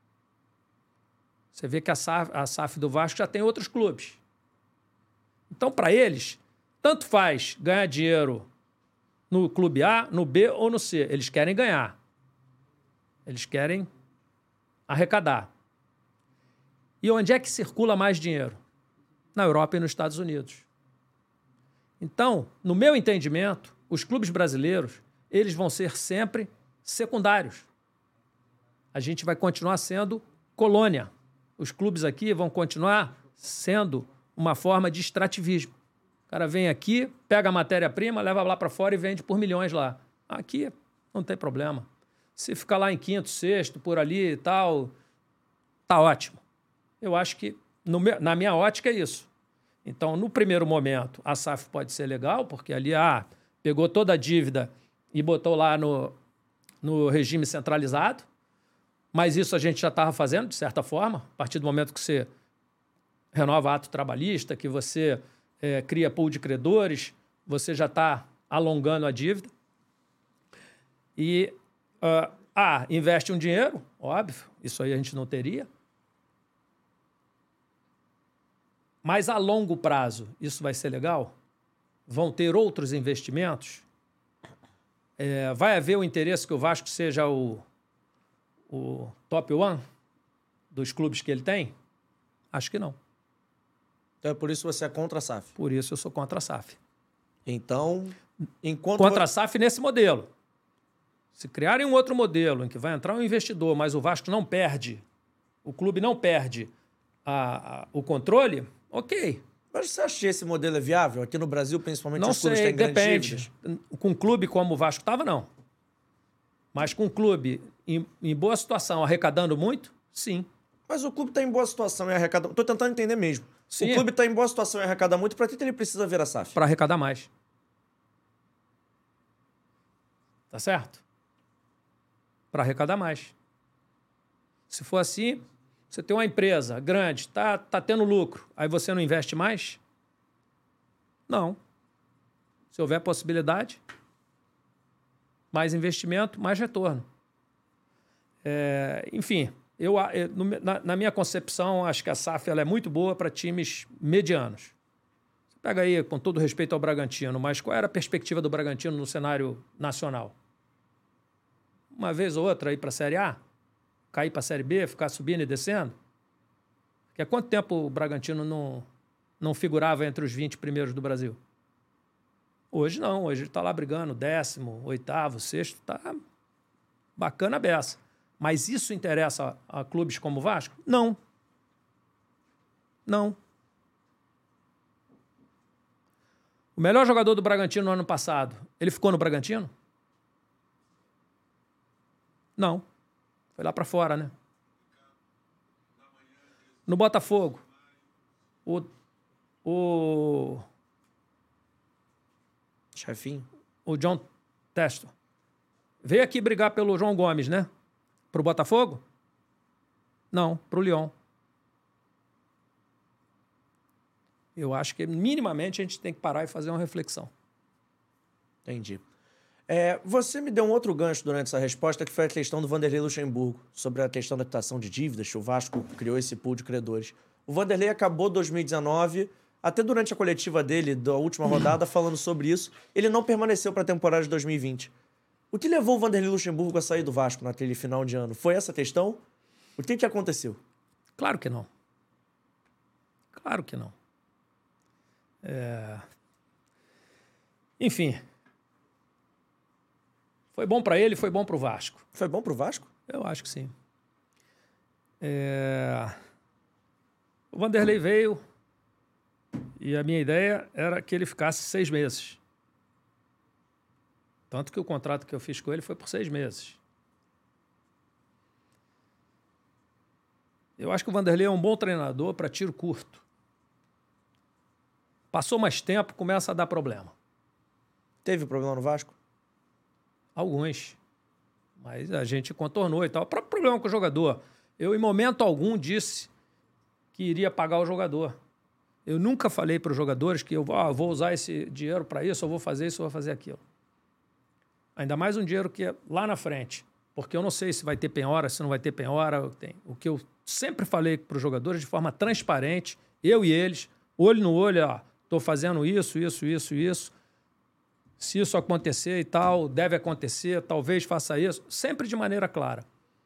Você vê que a SAF do Vasco já tem outros clubes. Então, para eles, tanto faz ganhar dinheiro no clube A, no B ou no C. Eles querem ganhar. Eles querem arrecadar. E onde é que circula mais dinheiro? Na Europa e nos Estados Unidos. Então, no meu entendimento, os clubes brasileiros, eles vão ser sempre secundários. A gente vai continuar sendo colônia. Os clubes aqui vão continuar sendo uma forma de extrativismo. O cara vem aqui, pega a matéria-prima, leva lá para fora e vende por milhões lá. Aqui não tem problema. Se ficar lá em quinto, sexto, por ali e tal, tá ótimo. Eu acho que, na minha ótica, é isso. Então, no primeiro momento, a SAF pode ser legal, porque ali, pegou toda a dívida e botou lá no regime centralizado, mas isso a gente já estava fazendo, de certa forma, a partir do momento que você renova ato trabalhista, que você cria pool de credores, você já está alongando a dívida. E, investe um dinheiro, óbvio, isso aí a gente não teria. Mas a longo prazo, isso vai ser legal? Vão ter outros investimentos? Vai haver o interesse que o Vasco seja o top one dos clubes que ele tem? Acho que não. Então é por isso que você é contra a SAF? Por isso eu sou contra a SAF. Então, enquanto... Contra a SAF nesse modelo. Se criarem um outro modelo em que vai entrar um investidor, mas o Vasco não perde, o clube não perde o controle, ok. Mas você acha que esse modelo é viável? Aqui no Brasil, principalmente, Não os clubes sei, têm grandes depende. dívidas? Com um clube como o Vasco estava, não. Mas com um clube em boa situação, arrecadando muito, sim. Mas o clube está em boa situação e arrecada... Estou tentando entender mesmo. Sim. O clube está em boa situação e arrecada muito, para que ele precisa ver a SAF? Para arrecadar mais. Tá certo? Para arrecadar mais. Se for assim, você tem uma empresa grande, tá tendo lucro, aí você não investe mais? Não. Se houver possibilidade, mais investimento, mais retorno. Enfim, na minha concepção, acho que a SAF ela é muito boa para times medianos. Você pega aí, com todo respeito ao Bragantino, mas qual era a perspectiva do Bragantino no cenário nacional? Uma vez ou outra ir para a Série A? Cair para a Série B? Ficar subindo e descendo? Porque há quanto tempo o Bragantino não figurava entre os 20 primeiros do Brasil? Hoje não. Hoje ele está lá brigando, 10º, 8º, 6º. Está bacana a beça. Mas isso interessa a clubes como o Vasco? Não. Não. O melhor jogador do Bragantino no ano passado, ele ficou no Bragantino? Não. Foi lá para fora, né? No Botafogo, Chefinho. O John Textor veio aqui brigar pelo João Gomes, né? Pro Botafogo? Não, pro Lyon. Eu acho que minimamente a gente tem que parar e fazer uma reflexão. Entendi. Você me deu um outro gancho durante essa resposta, que foi a questão do Vanderlei Luxemburgo, sobre a questão da quitação de dívidas, que o Vasco criou esse pool de credores. O Vanderlei acabou 2019, até durante a coletiva dele, da última rodada, falando sobre isso. Ele não permaneceu para a temporada de 2020. O que levou o Vanderlei Luxemburgo a sair do Vasco naquele final de ano? Foi essa questão? O que aconteceu? Claro que não. Claro que não. Enfim... Foi bom para ele, foi bom para o Vasco. Foi bom para o Vasco? Eu acho que sim. O Vanderlei veio e a minha ideia era que ele ficasse 6 meses. Tanto que o contrato que eu fiz com ele foi por 6 meses. Eu acho que o Vanderlei é um bom treinador para tiro curto. Passou mais tempo, começa a dar problema. Teve problema no Vasco? Alguns. Mas a gente contornou e tal. O próprio problema com o jogador. Eu, em momento algum, disse que iria pagar o jogador. Eu nunca falei para os jogadores que eu vou usar esse dinheiro para isso, eu vou fazer isso, eu vou fazer aquilo. Ainda mais um dinheiro que é lá na frente. Porque eu não sei se vai ter penhora, se não vai ter penhora. O que eu sempre falei para os jogadores de forma transparente, eu e eles, olho no olho, estou fazendo isso. Se isso acontecer e tal, deve acontecer, talvez faça isso, sempre de maneira clara.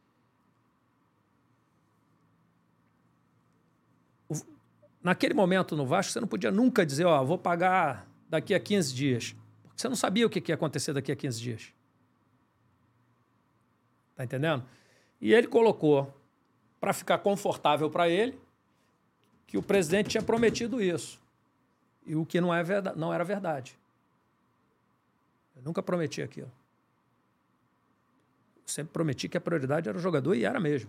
Naquele momento no Vasco, você não podia nunca dizer, vou pagar daqui a 15 dias. Porque você não sabia o que ia acontecer daqui a 15 dias. Tá entendendo? E ele colocou, para ficar confortável para ele, que o presidente tinha prometido isso. E o que não era verdade. Eu nunca prometi aquilo. sempre prometi que a prioridade era o jogador e era mesmo.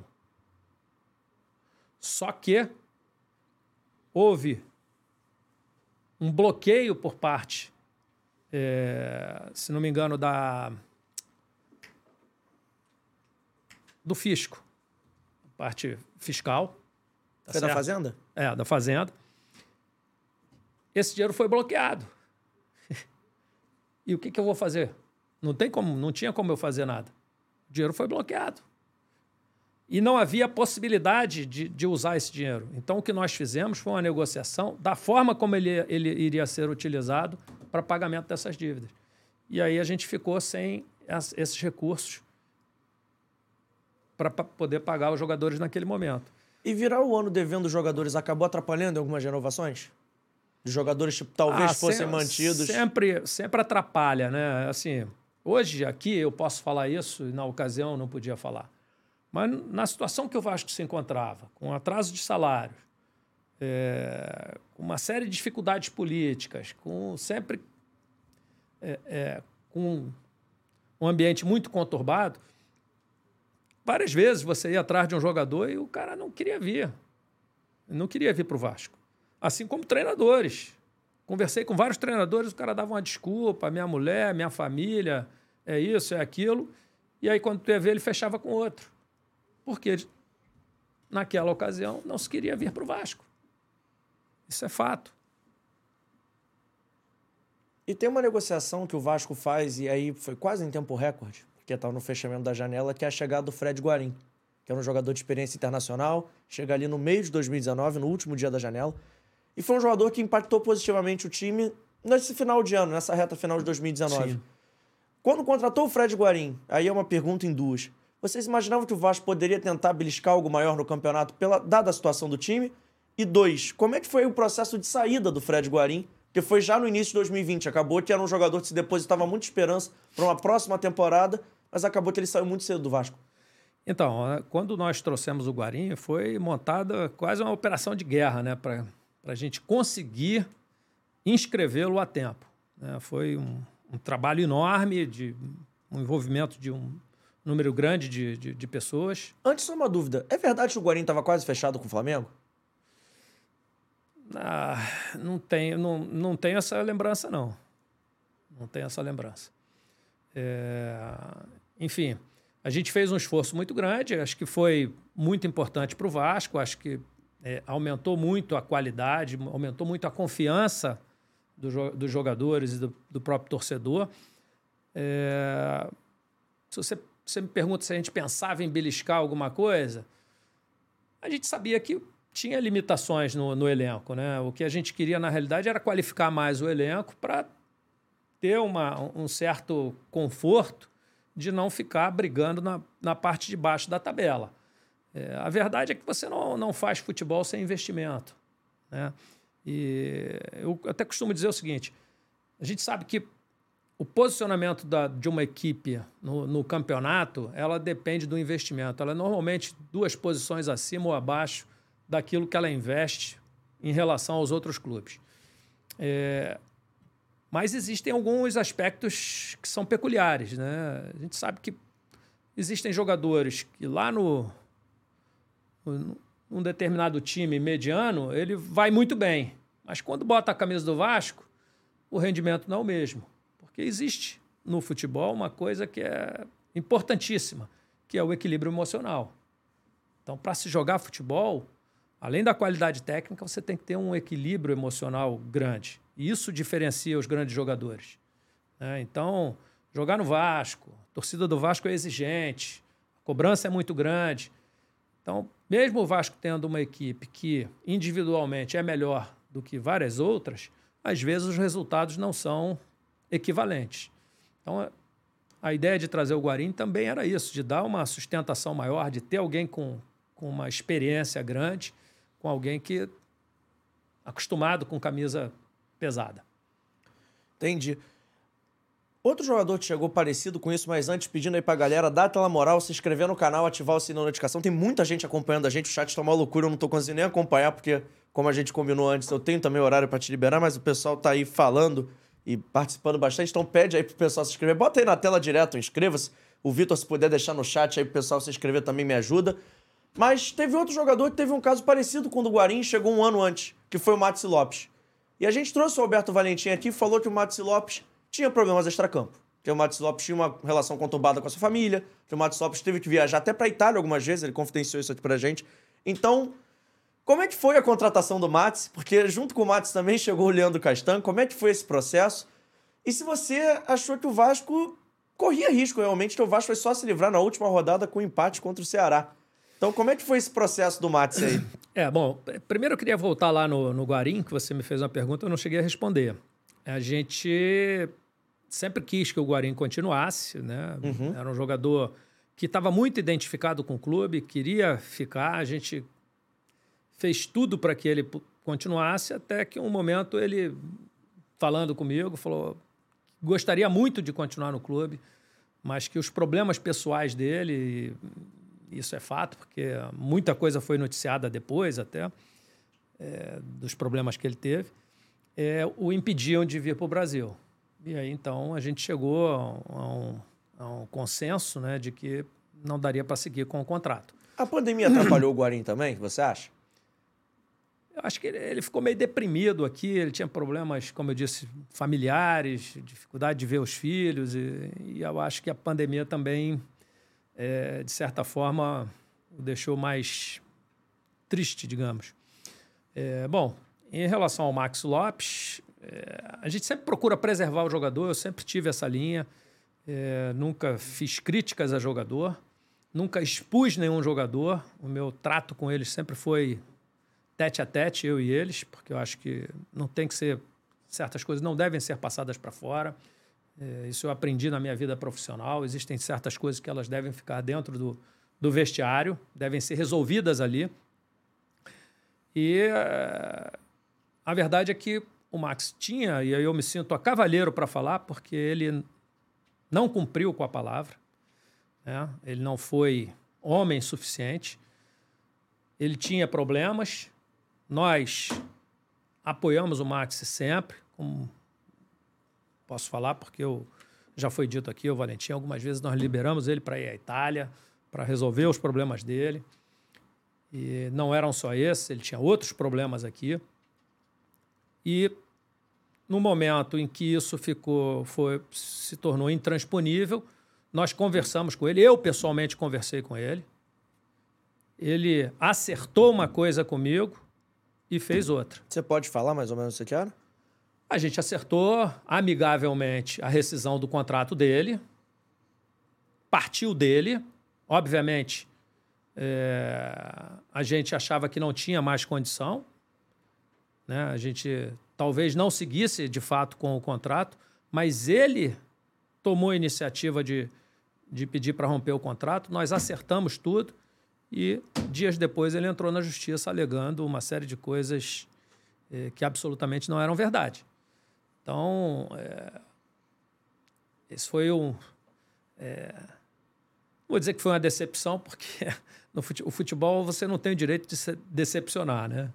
Só que houve um bloqueio por parte, se não me engano, do fisco, parte fiscal. Tá Foi certo? da Fazenda? É, da Fazenda. Esse dinheiro foi bloqueado. E o que eu vou fazer? Não tinha como eu fazer nada. O dinheiro foi bloqueado. E não havia possibilidade de usar esse dinheiro. Então, o que nós fizemos foi uma negociação da forma como ele iria ser utilizado para pagamento dessas dívidas. E aí a gente ficou sem esses recursos para poder pagar os jogadores naquele momento. E virar o ano devendo os jogadores acabou atrapalhando em algumas renovações? Os jogadores tipo, talvez fossem mantidos? Sempre atrapalha, né? Assim, hoje aqui eu posso falar isso e na ocasião não podia falar. Mas na situação que o Vasco se encontrava, com atraso de salários, com uma série de dificuldades políticas, com um ambiente muito conturbado, várias vezes você ia atrás de um jogador e o cara não queria vir. Não queria vir para o Vasco. Assim como treinadores. Conversei com vários treinadores, o cara dava uma desculpa, minha mulher, minha família, é isso, é aquilo. E aí, quando tu ia ver, ele fechava com outro. Porque, naquela ocasião, não se queria vir para o Vasco. Isso é fato. E tem uma negociação que o Vasco faz, e aí foi quase em tempo recorde, porque estava no fechamento da janela, que é a chegada do Fred Guarim, que era um jogador de experiência internacional, chega ali no meio de 2019, no último dia da janela, e foi um jogador que impactou positivamente o time nesse final de ano, nessa reta final de 2019. Sim. Quando contratou o Fred Guarim, aí é uma pergunta em duas. Vocês imaginavam que o Vasco poderia tentar beliscar algo maior no campeonato, dada a situação do time? E dois, como é que foi o processo de saída do Fred Guarim? Porque foi já no início de 2020. Acabou que era um jogador que se depositava muita esperança para uma próxima temporada, mas acabou que ele saiu muito cedo do Vasco. Então, quando nós trouxemos o Guarim, foi montada quase uma operação de guerra, né, para a gente conseguir inscrevê-lo a tempo. Foi um trabalho enorme, de um envolvimento de um número grande de pessoas. Antes, só uma dúvida. É verdade que o Guarim estava quase fechado com o Flamengo? Não tenho essa lembrança, não. Não tenho essa lembrança. Enfim, a gente fez um esforço muito grande, acho que foi muito importante para o Vasco, acho que aumentou muito a qualidade, aumentou muito a confiança dos jogadores e do próprio torcedor. Se você me pergunta se a gente pensava em beliscar alguma coisa, a gente sabia que tinha limitações no elenco, né? O que a gente queria, na realidade, era qualificar mais o elenco para ter um certo conforto de não ficar brigando na parte de baixo da tabela. A verdade é que você não faz futebol sem investimento, né? E eu até costumo dizer o seguinte, a gente sabe que o posicionamento de uma equipe no campeonato, ela depende do investimento. Ela é normalmente 2 posições acima ou abaixo daquilo que ela investe em relação aos outros clubes. Mas existem alguns aspectos que são peculiares, né? A gente sabe que existem jogadores que lá num determinado time mediano, ele vai muito bem. Mas quando bota a camisa do Vasco, o rendimento não é o mesmo. Porque existe no futebol uma coisa que é importantíssima, que é o equilíbrio emocional. Então, para se jogar futebol, além da qualidade técnica, você tem que ter um equilíbrio emocional grande. E isso diferencia os grandes jogadores. Então, jogar no Vasco, a torcida do Vasco é exigente, a cobrança é muito grande. Então, mesmo o Vasco tendo uma equipe que individualmente é melhor do que várias outras, às vezes os resultados não são equivalentes. Então, a ideia de trazer o Guarim também era isso, de dar uma sustentação maior, de ter alguém com uma experiência grande, com alguém que acostumado com camisa pesada. Entendi. Outro jogador que chegou parecido com isso, mas antes pedindo aí pra galera, dá aquela moral, se inscrever no canal, ativar o sininho da notificação. Tem muita gente acompanhando a gente, o chat tá uma loucura, eu não tô conseguindo nem acompanhar, porque, como a gente combinou antes, eu tenho também horário pra te liberar, mas o pessoal tá aí falando e participando bastante, então pede aí pro pessoal se inscrever. Bota aí na tela direto, inscreva-se. O Vitor, se puder deixar no chat aí pro pessoal se inscrever, também me ajuda. Mas teve outro jogador que teve um caso parecido com o do Guarim, chegou um ano antes, que foi o Maxi Lopes. E a gente trouxe o Alberto Valentim aqui e falou que o Maxi Lopes tinha problemas extracampo. Que o Maxi Lopes tinha uma relação conturbada com a sua família, que o Maxi Lopes teve que viajar até pra Itália algumas vezes, ele confidenciou isso aqui pra gente. Então, como é que foi a contratação do Maxi? Porque junto com o Maxi também chegou o Leandro Castan. Como é que foi esse processo? E se você achou que o Vasco corria risco realmente, que o Vasco foi só se livrar na última rodada com o empate contra o Ceará. Então, como é que foi esse processo do Maxi aí? Bom, primeiro eu queria voltar lá no Guarim, que você me fez uma pergunta, eu não cheguei a responder. A gente sempre quis que o Guarim continuasse, né? Era um jogador que estava muito identificado com o clube, queria ficar, a gente fez tudo para que ele continuasse, até que um momento ele, falando comigo, falou que gostaria muito de continuar no clube, mas que os problemas pessoais dele... Isso é fato, porque muita coisa foi noticiada depois até, dos problemas que ele teve, o impediam de vir para o Brasil. E aí, então, a gente chegou a um consenso, né, de que não daria para seguir com o contrato. A pandemia atrapalhou o Guarim também, você acha? Eu acho que ele ficou meio deprimido aqui, ele tinha problemas, como eu disse, familiares, dificuldade de ver os filhos, e eu acho que a pandemia também... de certa forma, o deixou mais triste, digamos. Bom, em relação ao Maxi Lopes, a gente sempre procura preservar o jogador, eu sempre tive essa linha, nunca fiz críticas a jogador, nunca expus nenhum jogador, o meu trato com eles sempre foi tete a tete, eu e eles, porque eu acho que não tem que ser, certas coisas não devem ser passadas para fora. Isso eu aprendi na minha vida profissional. Existem certas coisas que elas devem ficar dentro do vestiário, devem ser resolvidas ali. E a verdade é que o Max tinha, e aí eu me sinto a cavalheiro para falar, porque ele não cumpriu com a palavra, né? Ele não foi homem suficiente, ele tinha problemas, nós apoiamos o Max sempre, como... Posso falar porque já foi dito aqui, o Valentim, algumas vezes nós liberamos ele para ir à Itália, para resolver os problemas dele. E não eram só esses, ele tinha outros problemas aqui. E no momento em que isso se tornou intransponível, nós conversamos com ele, eu pessoalmente conversei com ele. Ele acertou uma coisa comigo e fez outra. Você pode falar mais ou menos o que você quer? A gente acertou amigavelmente a rescisão do contrato dele, partiu dele. Obviamente, a gente achava que não tinha mais condição, né? A gente talvez não seguisse de fato com o contrato, mas ele tomou a iniciativa de pedir para romper o contrato. Nós acertamos tudo e dias depois ele entrou na justiça alegando uma série de coisas que absolutamente não eram verdade. Então, esse foi vou dizer que foi uma decepção, porque o futebol você não tem o direito de se decepcionar, né?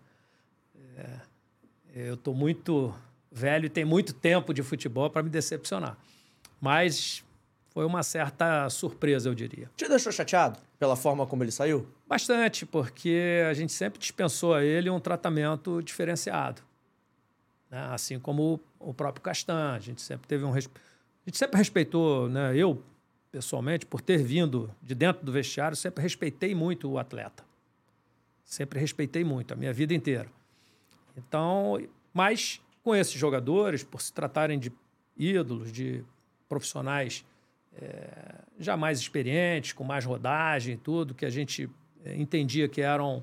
Eu estou muito velho e tenho muito tempo de futebol para me decepcionar. Mas foi uma certa surpresa, eu diria. Te deixou chateado pela forma como ele saiu? Bastante, porque a gente sempre dispensou a ele um tratamento diferenciado, né? Assim como o próprio Castan, a gente sempre teve a gente sempre respeitou, né? Eu, pessoalmente, por ter vindo de dentro do vestiário, sempre respeitei muito o atleta. Sempre respeitei muito, a minha vida inteira. Então, mas com esses jogadores, por se tratarem de ídolos, de profissionais já mais experientes, com mais rodagem e tudo, que a gente entendia que eram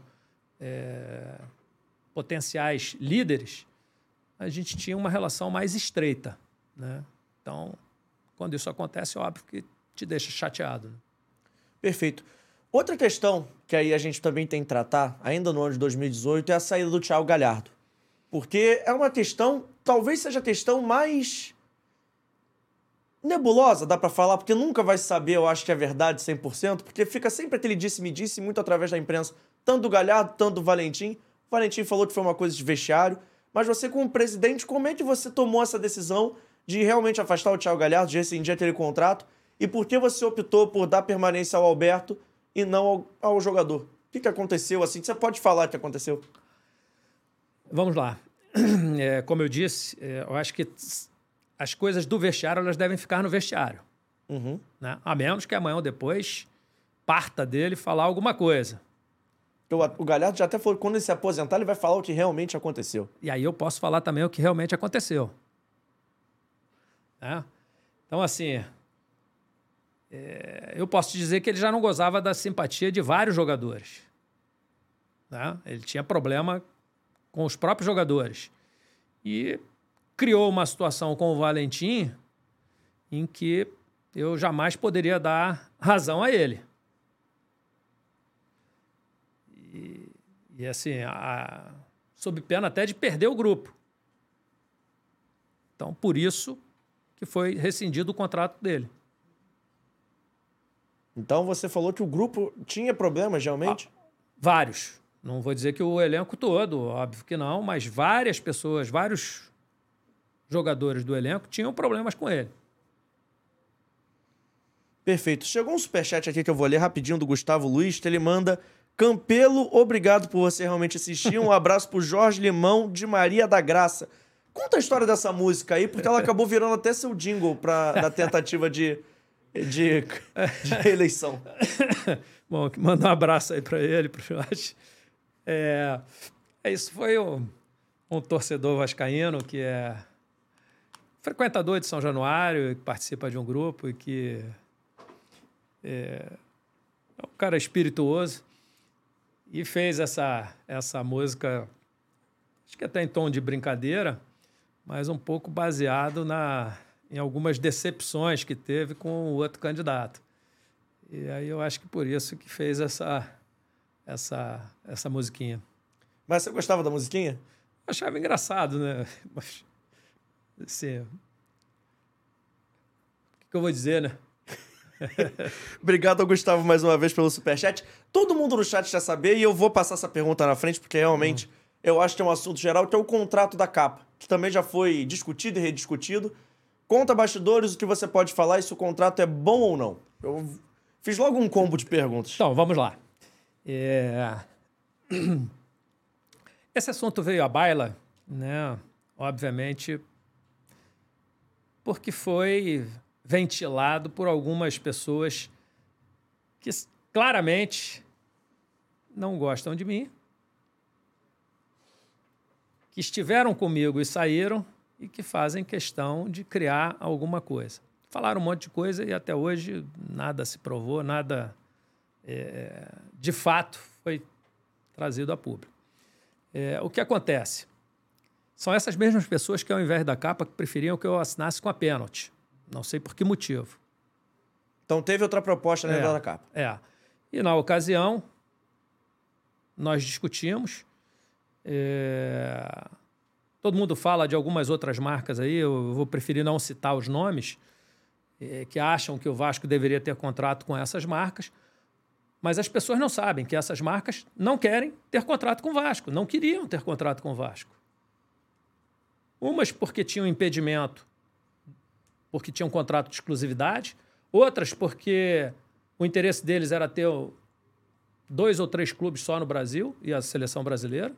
potenciais líderes, a gente tinha uma relação mais estreita, né? Então, quando isso acontece, é óbvio que te deixa chateado, né? Perfeito. Outra questão que aí a gente também tem que tratar, ainda no ano de 2018, é a saída do Thiago Galhardo. Porque é uma questão, talvez seja a questão mais nebulosa, dá pra falar, porque nunca vai saber, eu acho que é verdade 100%, porque fica sempre aquele disse-me-disse, muito através da imprensa, tanto do Galhardo, tanto do Valentim. O Valentim falou que foi uma coisa de vestiário, mas você, como presidente, como é que você tomou essa decisão de realmente afastar o Thiago Galhardo, de rescindir aquele contrato E por que você optou por dar permanência ao Alberto e não ao jogador? O que aconteceu assim? Você pode falar o que aconteceu? Vamos lá. Como eu disse, eu acho que as coisas do vestiário elas devem ficar no vestiário. Uhum. Né? A menos que amanhã ou depois parta dele falar alguma coisa. O Galhardo já até falou que quando ele se aposentar, ele vai falar o que realmente aconteceu. E aí eu posso falar também o que realmente aconteceu. Né? Então, assim, eu posso te dizer que ele já não gozava da simpatia de vários jogadores. Né? Ele tinha problema com os próprios jogadores. E criou uma situação com o Valentim em que eu jamais poderia dar razão a ele. E assim, sob pena até de perder o grupo. Então, por isso que foi rescindido o contrato dele. Então, você falou que o grupo tinha problemas, realmente? Vários. Não vou dizer que o elenco todo, óbvio que não, mas várias pessoas, vários jogadores do elenco tinham problemas com ele. Perfeito. Chegou um superchat aqui que eu vou ler rapidinho do Gustavo Luiz. Ele manda: Campelo, obrigado por você realmente assistir. Um abraço pro Jorge Limão de Maria da Graça. Conta a história dessa música aí, porque ela acabou virando até seu jingle da tentativa de reeleição. Bom, manda um abraço aí para ele, pro Jorge. Isso foi um torcedor vascaíno que é frequentador de São Januário, que participa de um grupo e que é um cara espirituoso e fez essa música, acho que até em tom de brincadeira, mas um pouco baseado em algumas decepções que teve com o outro candidato. E aí eu acho que por isso que fez essa musiquinha. Mas você gostava da musiquinha? Eu achava engraçado, né? Mas, assim, o que eu vou dizer, né? Obrigado, Gustavo, mais uma vez pelo superchat. Todo mundo no chat já saber, e eu vou passar essa pergunta na frente, porque realmente eu acho que é um assunto geral, que é o contrato da capa, que também já foi discutido e rediscutido. Conta bastidores, o que você pode falar, se o contrato é bom ou não. Eu fiz logo um combo de perguntas. Então, vamos lá. Esse assunto veio à baila, né? Obviamente, porque foi ventilado por algumas pessoas que claramente não gostam de mim, que estiveram comigo e saíram e que fazem questão de criar alguma coisa. Falaram um monte de coisa e até hoje nada se provou, nada de fato foi trazido a público. O que acontece? São essas mesmas pessoas que, ao invés da capa, preferiam que eu assinasse com a pênalti. Não sei por que motivo. Então teve outra proposta dentro da capa. E na ocasião, nós discutimos. Todo mundo fala de algumas outras marcas aí, eu vou preferir não citar os nomes, que acham que o Vasco deveria ter contrato com essas marcas, mas as pessoas não sabem que essas marcas não querem ter contrato com o Vasco, não queriam ter contrato com o Vasco. Umas porque tinham impedimento, porque tinham contrato de exclusividade, outras porque o interesse deles era ter 2 ou 3 clubes só no Brasil e a seleção brasileira.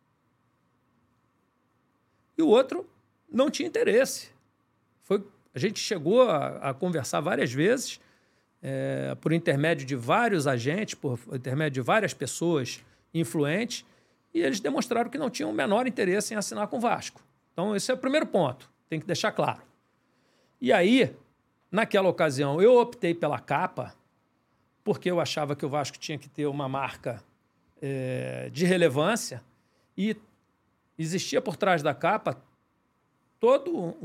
E o outro não tinha interesse. A gente chegou a conversar várias vezes, por intermédio de vários agentes, por intermédio de várias pessoas influentes, e eles demonstraram que não tinham o menor interesse em assinar com o Vasco. Então, esse é o primeiro ponto, tem que deixar claro. E aí, naquela ocasião, eu optei pela capa, porque eu achava que o Vasco tinha que ter uma marca de relevância e existia por trás da capa todo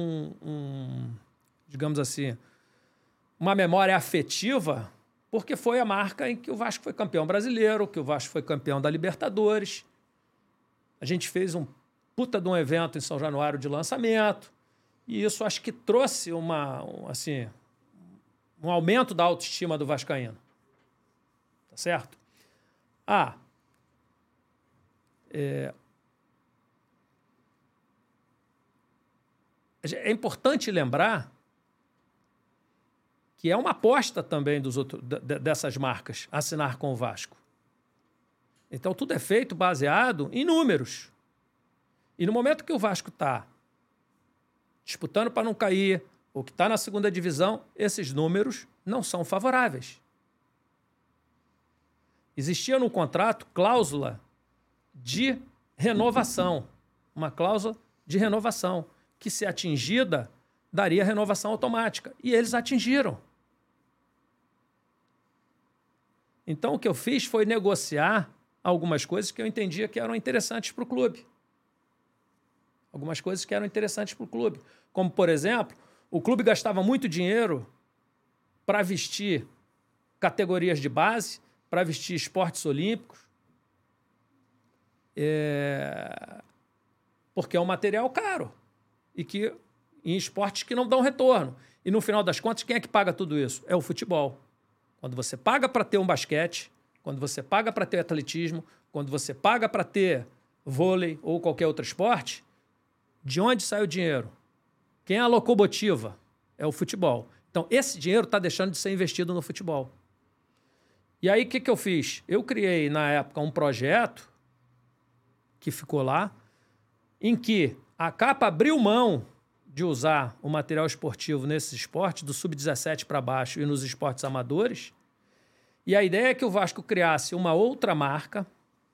digamos assim, uma memória afetiva, porque foi a marca em que o Vasco foi campeão brasileiro, que o Vasco foi campeão da Libertadores. A gente fez um puta de um evento em São Januário de lançamento, e isso acho que trouxe um aumento da autoestima do vascaíno. Tá certo? É importante lembrar que é uma aposta também dessas marcas, assinar com o Vasco. Então, tudo é feito baseado em números. E no momento que o Vasco está disputando para não cair, ou que está na segunda divisão, esses números não são favoráveis. Existia no contrato cláusula de renovação, uma cláusula de renovação, que, se atingida, daria renovação automática. E eles atingiram. Então, o que eu fiz foi negociar algumas coisas que eu entendia que eram interessantes para o clube. Algumas coisas que eram interessantes para o clube. Como, por exemplo, o clube gastava muito dinheiro para vestir categorias de base, para vestir esportes olímpicos, porque é um material caro e que em esportes que não dão retorno. E, no final das contas, quem é que paga tudo isso? É o futebol. Quando você paga para ter um basquete, quando você paga para ter atletismo, quando você paga para ter vôlei ou qualquer outro esporte, de onde sai o dinheiro? Quem é a locomotiva? É o futebol. Então, esse dinheiro está deixando de ser investido no futebol. E aí, o que eu fiz? Eu criei, na época, um projeto que ficou lá, em que a Capa abriu mão de usar o material esportivo nesses esportes, do sub-17 para baixo e nos esportes amadores. E a ideia é que o Vasco criasse uma outra marca,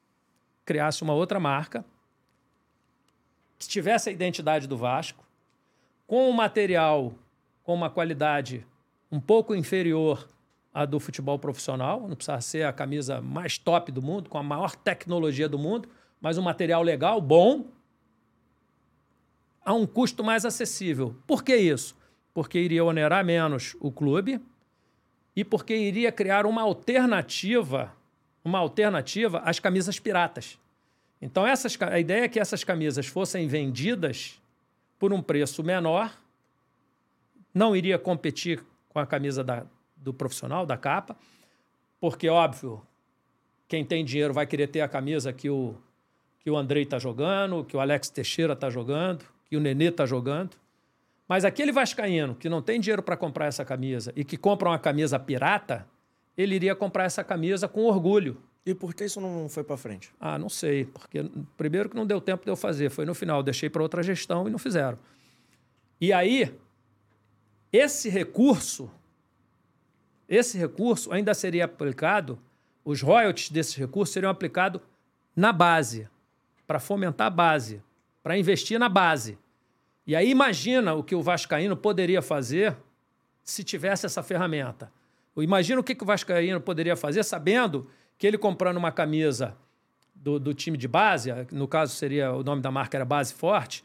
que tivesse a identidade do Vasco, com um material com uma qualidade um pouco inferior à do futebol profissional, não precisa ser a camisa mais top do mundo, com a maior tecnologia do mundo, mas um material legal, bom, a um custo mais acessível. Por que isso? Porque iria onerar menos o clube e porque iria criar uma alternativa às camisas piratas. Então, a ideia é que essas camisas fossem vendidas por um preço menor, não iria competir com a camisa do profissional, da Capa, porque, óbvio, quem tem dinheiro vai querer ter a camisa que o Andrei está jogando, que o Alex Teixeira está jogando, que o Nenê está jogando. Mas aquele vascaíno que não tem dinheiro para comprar essa camisa e que compra uma camisa pirata, ele iria comprar essa camisa com orgulho. E por que isso não foi para frente? Ah, não sei, porque primeiro que não deu tempo de eu fazer, foi no final, deixei para outra gestão e não fizeram. E aí, esse recurso ainda seria aplicado, os royalties desse recurso seriam aplicados na base, para fomentar a base, para investir na base. E aí imagina o que o vascaíno poderia fazer se tivesse essa ferramenta. Imagina o que o vascaíno poderia fazer sabendo que ele, comprando uma camisa do time de base, no caso o nome da marca era Base Forte,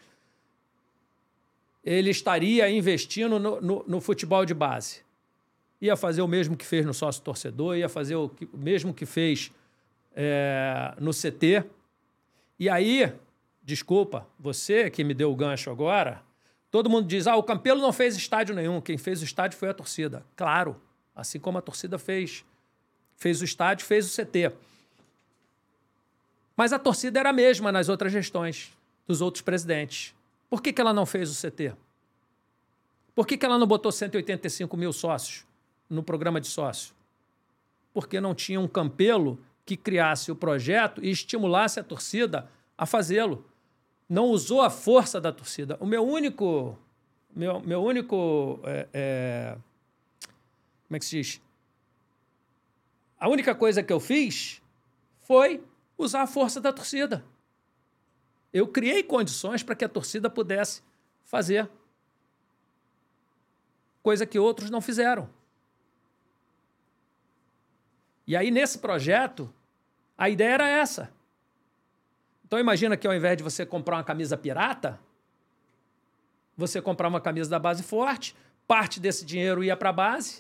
ele estaria investindo no futebol de base. Ia fazer o mesmo que fez no sócio-torcedor, ia fazer o mesmo que fez no CT. E aí, desculpa, você que me deu o gancho agora, todo mundo diz, o Campelo não fez estádio nenhum, quem fez o estádio foi a torcida. Claro, assim como a torcida fez o estádio, fez o CT. Mas a torcida era a mesma nas outras gestões dos outros presidentes. Por que ela não fez o CT? Por que ela não botou 185 mil sócios no programa de sócio? Porque não tinha um Campelo que criasse o projeto e estimulasse a torcida a fazê-lo. Não usou a força da torcida. O meu único como é que se diz? A única coisa que eu fiz foi usar a força da torcida. Eu criei condições para que a torcida pudesse fazer coisa que outros não fizeram. E aí, nesse projeto, a ideia era essa. Então, imagina que ao invés de você comprar uma camisa pirata, você comprar uma camisa da Base Forte, parte desse dinheiro ia para a base,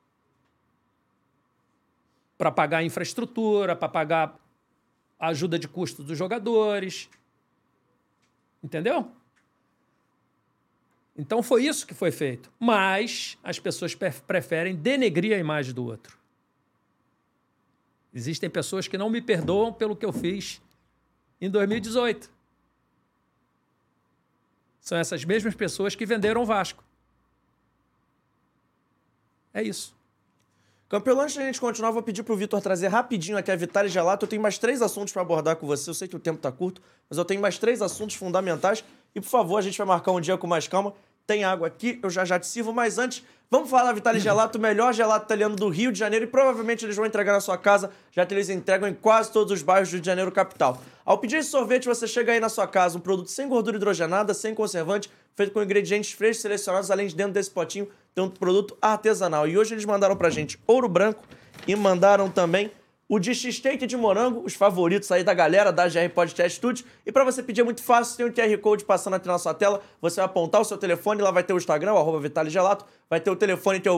para pagar a infraestrutura, para pagar a ajuda de custo dos jogadores. Entendeu? Então, foi isso que foi feito. Mas as pessoas preferem denegrir a imagem do outro. Existem pessoas que não me perdoam pelo que eu fiz em 2018. São essas mesmas pessoas que venderam o Vasco. É isso. Campeão, antes da gente continuar, vou pedir pro Vitor trazer rapidinho aqui a Vitale Gelato. Eu tenho mais 3 assuntos para abordar com você. Eu sei que o tempo tá curto, mas eu tenho mais 3 assuntos fundamentais. E, por favor, a gente vai marcar um dia com mais calma. Tem água aqui, eu já te sirvo. Mas antes, vamos falar da Vitale Gelato, o melhor gelato italiano do Rio de Janeiro. E provavelmente eles vão entregar na sua casa, já que eles entregam em quase todos os bairros do Rio de Janeiro capital. Ao pedir esse sorvete, você chega aí na sua casa, um produto sem gordura hidrogenada, sem conservante, feito com ingredientes frescos selecionados, além de dentro desse potinho tem um produto artesanal. E hoje eles mandaram pra gente ouro branco e mandaram também o de cheesecake de morango, os favoritos aí da galera da GR Podcast Studios. E pra você pedir é muito fácil, tem um QR Code passando aqui na sua tela, você vai apontar o seu telefone, lá vai ter o Instagram, o @VitaleGelato, vai ter o telefone que é o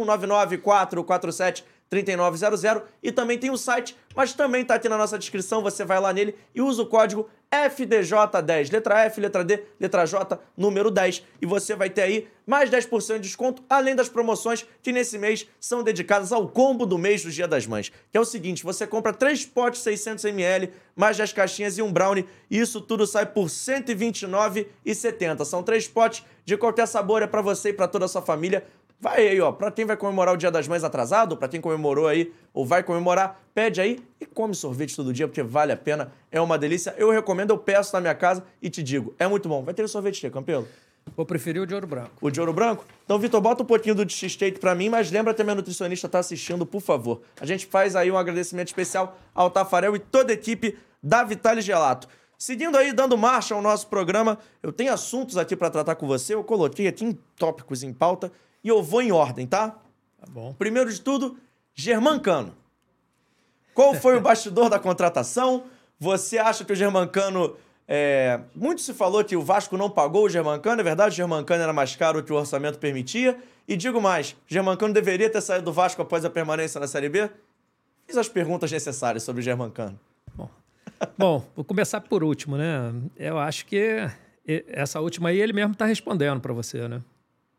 2199-447-3900 e também tem o site, mas também tá aqui na nossa descrição, você vai lá nele e usa o código FDJ10, letra F, letra D, letra J, número 10, e você vai ter aí mais 10% de desconto, além das promoções que nesse mês são dedicadas ao combo do mês do Dia das Mães, que é o seguinte, você compra 3 potes 600ml, mais 10 caixinhas e um brownie, e isso tudo sai por R$ 129,70. São 3 potes de qualquer sabor, é pra você e pra toda a sua família. Vai aí, ó, pra quem vai comemorar o Dia das Mães atrasado, pra quem comemorou aí ou vai comemorar, pede aí e come sorvete todo dia, porque vale a pena, é uma delícia. Eu recomendo, eu peço na minha casa e te digo, é muito bom. Vai ter o sorvete aqui, Campelo? Vou preferir o de ouro branco. O de ouro branco? Então, Vitor, bota um pouquinho do cheesecake pra mim, mas lembra que a minha nutricionista tá assistindo, por favor. A gente faz aí um agradecimento especial ao Tafarel e toda a equipe da Vitale Gelato. Seguindo aí, dando marcha ao nosso programa, eu tenho assuntos aqui pra tratar com você, eu coloquei aqui em tópicos em pauta, e eu vou em ordem, tá? Tá bom. Primeiro de tudo, Germancano. Qual foi o bastidor da contratação? Você acha que o Germancano... muito se falou que o Vasco não pagou o Germancano, é verdade? O Germancano era mais caro do que o orçamento permitia. E digo mais, o Germancano deveria ter saído do Vasco após a permanência na Série B? Fiz as perguntas necessárias sobre o Germancano. Bom, vou começar por último, né? Eu acho que essa última aí ele mesmo está respondendo para você, né?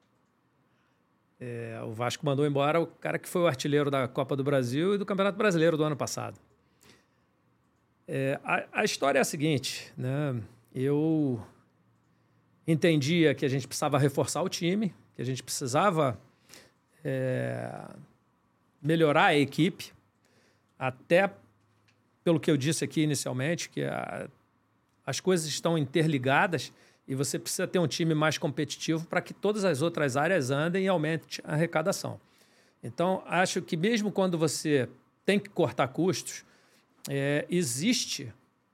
O Vasco mandou embora o cara que foi o artilheiro da Copa do Brasil e do Campeonato Brasileiro do ano passado. A história é a seguinte, né? Eu entendia que a gente precisava reforçar o time, que a gente precisava melhorar a equipe, até pelo que eu disse aqui inicialmente, que as coisas estão interligadas e você precisa ter um time mais competitivo para que todas as outras áreas andem e aumente a arrecadação. Então, acho que mesmo quando você tem que cortar custos, existe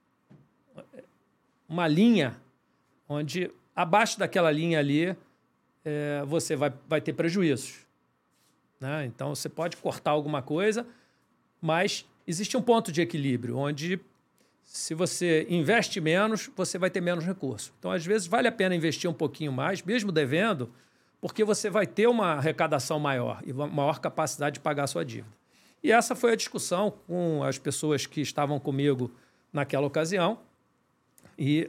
uma linha onde, abaixo daquela linha ali, você vai ter prejuízos, né? Então, você pode cortar alguma coisa, mas existe um ponto de equilíbrio, onde, se você investe menos, você vai ter menos recurso. Então, às vezes, vale a pena investir um pouquinho mais, mesmo devendo, porque você vai ter uma arrecadação maior e uma maior capacidade de pagar a sua dívida. E essa foi a discussão com as pessoas que estavam comigo naquela ocasião e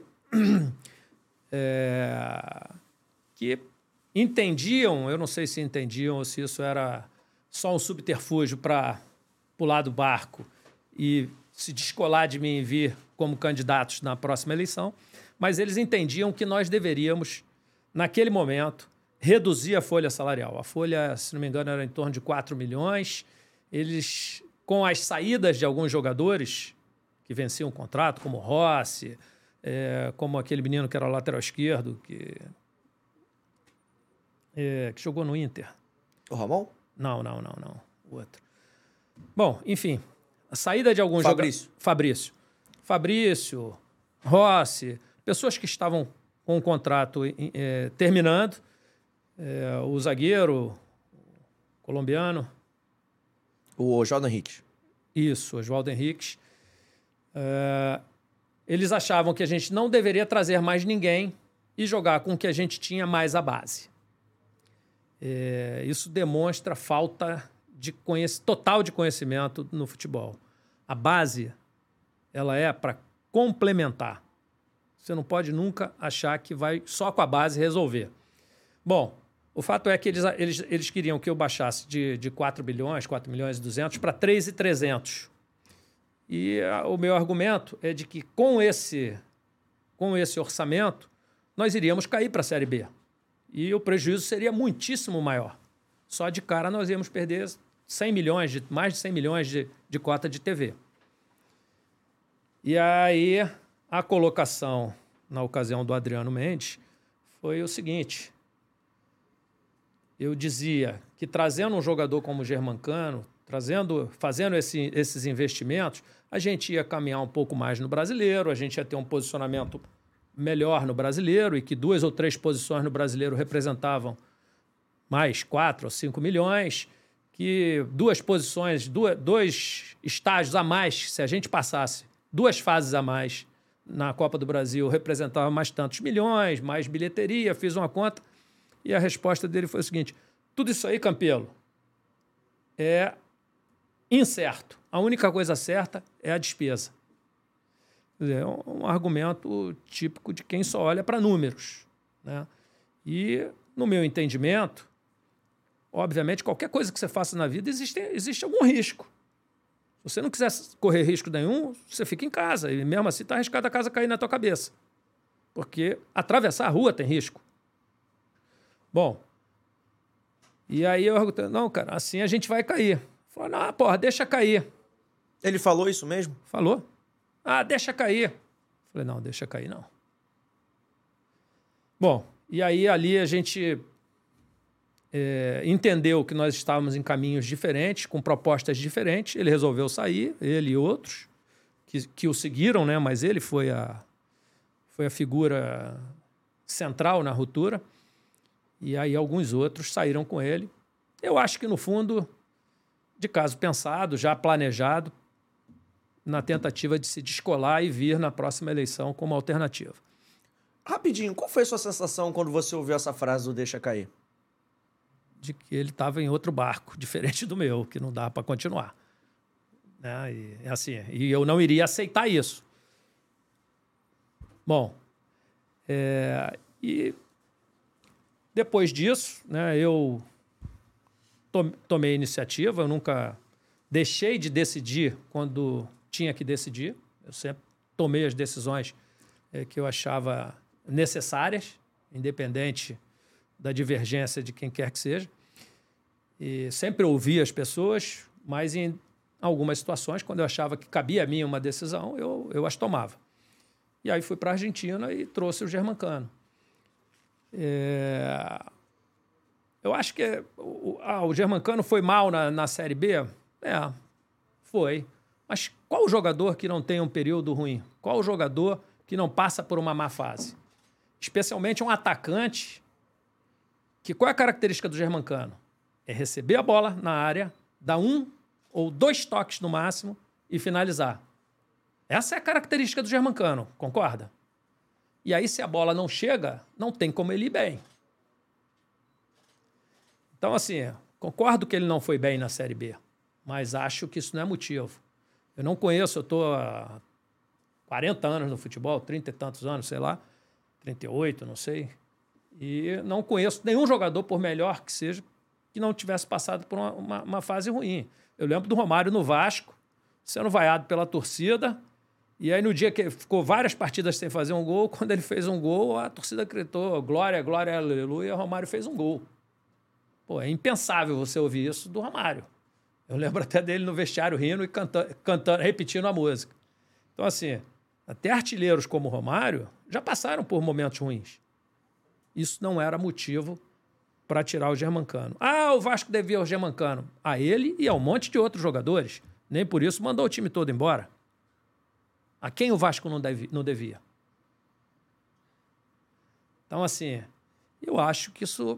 que entendiam, eu não sei se entendiam ou se isso era só um subterfúgio para pular do barco e se descolar de mim e vir como candidatos na próxima eleição, mas eles entendiam que nós deveríamos, naquele momento, reduzir a folha salarial. A folha, se não me engano, era em torno de 4 milhões. Eles, com as saídas de alguns jogadores que venciam o contrato, como Rossi, como aquele menino que era lateral esquerdo, que jogou no Inter. O Ramon? Não. O outro. Bom, enfim, a saída de alguns jogadores... Fabrício, Rossi, pessoas que estavam com o contrato terminando, o zagueiro colombiano. O Jordan Henrique. Isso, o Oswaldo Henrique. Eles achavam que a gente não deveria trazer mais ninguém e jogar com o que a gente tinha mais a base. Isso demonstra falta total de conhecimento no futebol. A base, ela é para complementar. Você não pode nunca achar que vai só com a base resolver. Bom, o fato é que eles queriam que eu baixasse de 4 milhões e 200 para 3.300. E o meu argumento é de que com esse orçamento nós iríamos cair para a Série B. E o prejuízo seria muitíssimo maior. só de cara nós íamos perder 100 milhões, mais de 100 milhões de cota de TV. E aí a colocação, na ocasião do Adriano Mendes, foi o seguinte: eu dizia que trazendo um jogador como o Germancano, fazendo esses investimentos, a gente ia caminhar um pouco mais no Brasileiro, a gente ia ter um posicionamento melhor no Brasileiro e que 2 ou 3 posições no Brasileiro representavam mais 4 ou 5 milhões, que 2 posições, 2 estágios a mais, se a gente passasse 2 fases a mais na Copa do Brasil, representava mais tantos milhões, mais bilheteria, fiz uma conta. E a resposta dele foi o seguinte: tudo isso aí, Campelo, é incerto. A única coisa certa é a despesa. É um argumento típico de quem só olha para números, né? E, no meu entendimento, obviamente, qualquer coisa que você faça na vida existe algum risco. Se você não quiser correr risco nenhum, você fica em casa. E mesmo assim está arriscado a casa cair na tua cabeça. Porque atravessar a rua tem risco. Bom, e aí eu perguntei, não, cara, assim a gente vai cair. Falei, não, porra, deixa cair. Ele falou isso mesmo? Falou. Ah, deixa cair. Falei, não, deixa cair, não. Bom, e aí ali a gente entendeu que nós estávamos em caminhos diferentes, com propostas diferentes. Ele resolveu sair, ele e outros, que o seguiram, né? Mas ele foi a figura central na ruptura. E aí alguns outros saíram com ele. Eu acho que, no fundo, de caso pensado, já planejado, na tentativa de se descolar e vir na próxima eleição como alternativa. Rapidinho, qual foi a sua sensação quando você ouviu essa frase do deixa cair? De que ele estava em outro barco, diferente do meu, que não dá para continuar. Né? E eu não iria aceitar isso. Bom, e depois disso, né, eu tomei a iniciativa, eu nunca deixei de decidir quando tinha que decidir. Eu sempre tomei as decisões que eu achava necessárias, independente da divergência de quem quer que seja. E sempre ouvi as pessoas, mas em algumas situações, quando eu achava que cabia a mim uma decisão, eu as tomava. E aí fui para a Argentina e trouxe o Germancano. Eu acho que o Germancano foi mal na Série B? Foi. Mas qual o jogador que não tem um período ruim? Qual o jogador que não passa por uma má fase? Especialmente um atacante. Qual é a característica do Germancano? É receber a bola na área, dar 1 ou 2 toques no máximo e finalizar. Essa é a característica do Germancano, concorda? E aí, se a bola não chega, não tem como ele ir bem. Então, assim, concordo que ele não foi bem na Série B, mas acho que isso não é motivo. Eu não conheço, eu estou há 40 anos no futebol, 30 e tantos anos, sei lá, 38, não sei, e não conheço nenhum jogador, por melhor que seja, que não tivesse passado por uma fase ruim. Eu lembro do Romário no Vasco, sendo vaiado pela torcida, e aí no dia que ficou várias partidas sem fazer um gol, quando ele fez um gol, a torcida gritou glória, glória, aleluia, Romário fez um gol. Pô, é impensável você ouvir isso do Romário. Eu lembro até dele no vestiário rindo e cantando, repetindo a música. Então, assim, até artilheiros como o Romário já passaram por momentos ruins. Isso não era motivo para tirar o Germancano. O Vasco devia o Germancano. A ele e a um monte de outros jogadores. Nem por isso mandou o time todo embora. A quem o Vasco não devia? Então, assim, eu acho que isso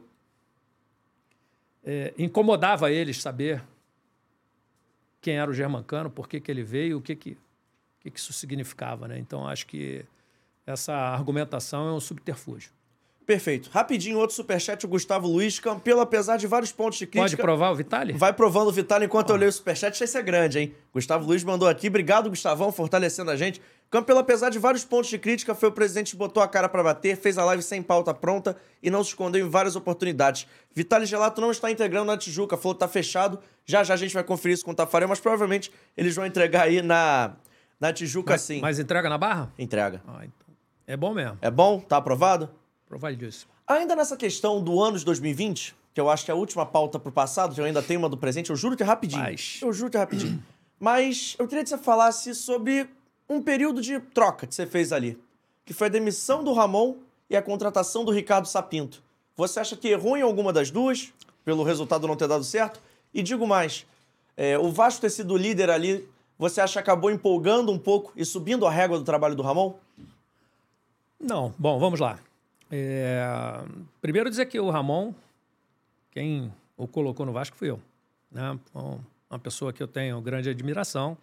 incomodava eles saber quem era o Germancano, por que ele veio, o que isso significava, né? Então, acho que essa argumentação é um subterfúgio. Perfeito. Rapidinho, outro superchat, o Gustavo Luiz. Campelo, apesar de vários pontos de crítica... Pode provar o Vitali? Vai provando o Vitali enquanto eu leio o superchat. Esse é grande, hein? Gustavo Luiz mandou aqui. Obrigado, Gustavão, fortalecendo a gente. Campelo, apesar de vários pontos de crítica, foi o presidente que botou a cara pra bater, fez a live sem pauta pronta e não se escondeu em várias oportunidades. Vitali Gelato não está integrando na Tijuca, falou que tá fechado. Já a gente vai conferir isso com o Tafarel, mas provavelmente eles vão entregar aí na Tijuca, sim. Mas entrega na Barra? Entrega. Então. É bom mesmo. É bom? Tá aprovado? Provalidíssimo. Ainda nessa questão do ano de 2020, que eu acho que é a última pauta pro passado, que eu ainda tenho uma do presente, eu juro que é rapidinho. Eu juro que é rapidinho. Mas eu queria que você falasse sobre um período de troca que você fez ali, que foi a demissão do Ramon e a contratação do Ricardo Sapinto. Você acha que errou em alguma das duas, pelo resultado não ter dado certo? E digo mais, o Vasco ter sido líder ali, você acha que acabou empolgando um pouco e subindo a régua do trabalho do Ramon? Não. Bom, vamos lá. Primeiro dizer que o Ramon, quem o colocou no Vasco fui eu, né? Uma pessoa que eu tenho grande admiração.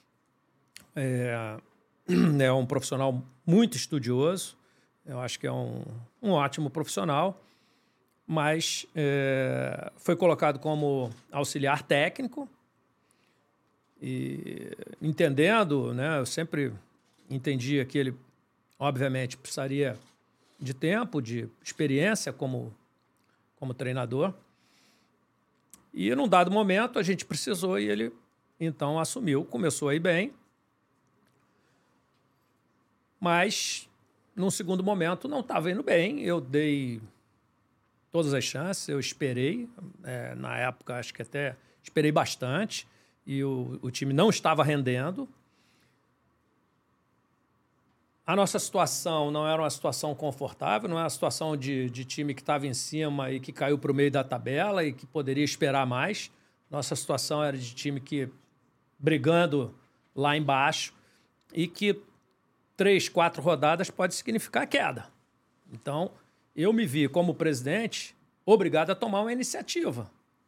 É um profissional muito estudioso. Eu acho que é um ótimo profissional, mas foi colocado como auxiliar técnico e entendendo, né? Eu sempre entendia que ele, obviamente, precisaria de tempo, de experiência como treinador. E, num dado momento, a gente precisou e ele, então, assumiu. Começou a ir bem. Mas, num segundo momento, não estava indo bem. Eu dei todas as chances, eu esperei. Na época, acho que até esperei bastante. E o time não estava rendendo. A nossa situação não era uma situação confortável, não era uma situação de time que estava em cima e que caiu para o meio da tabela e que poderia esperar mais. Nossa situação era de time que brigando lá embaixo e que 3, 4 rodadas pode significar queda. Então, eu me vi como presidente obrigado a tomar uma iniciativa,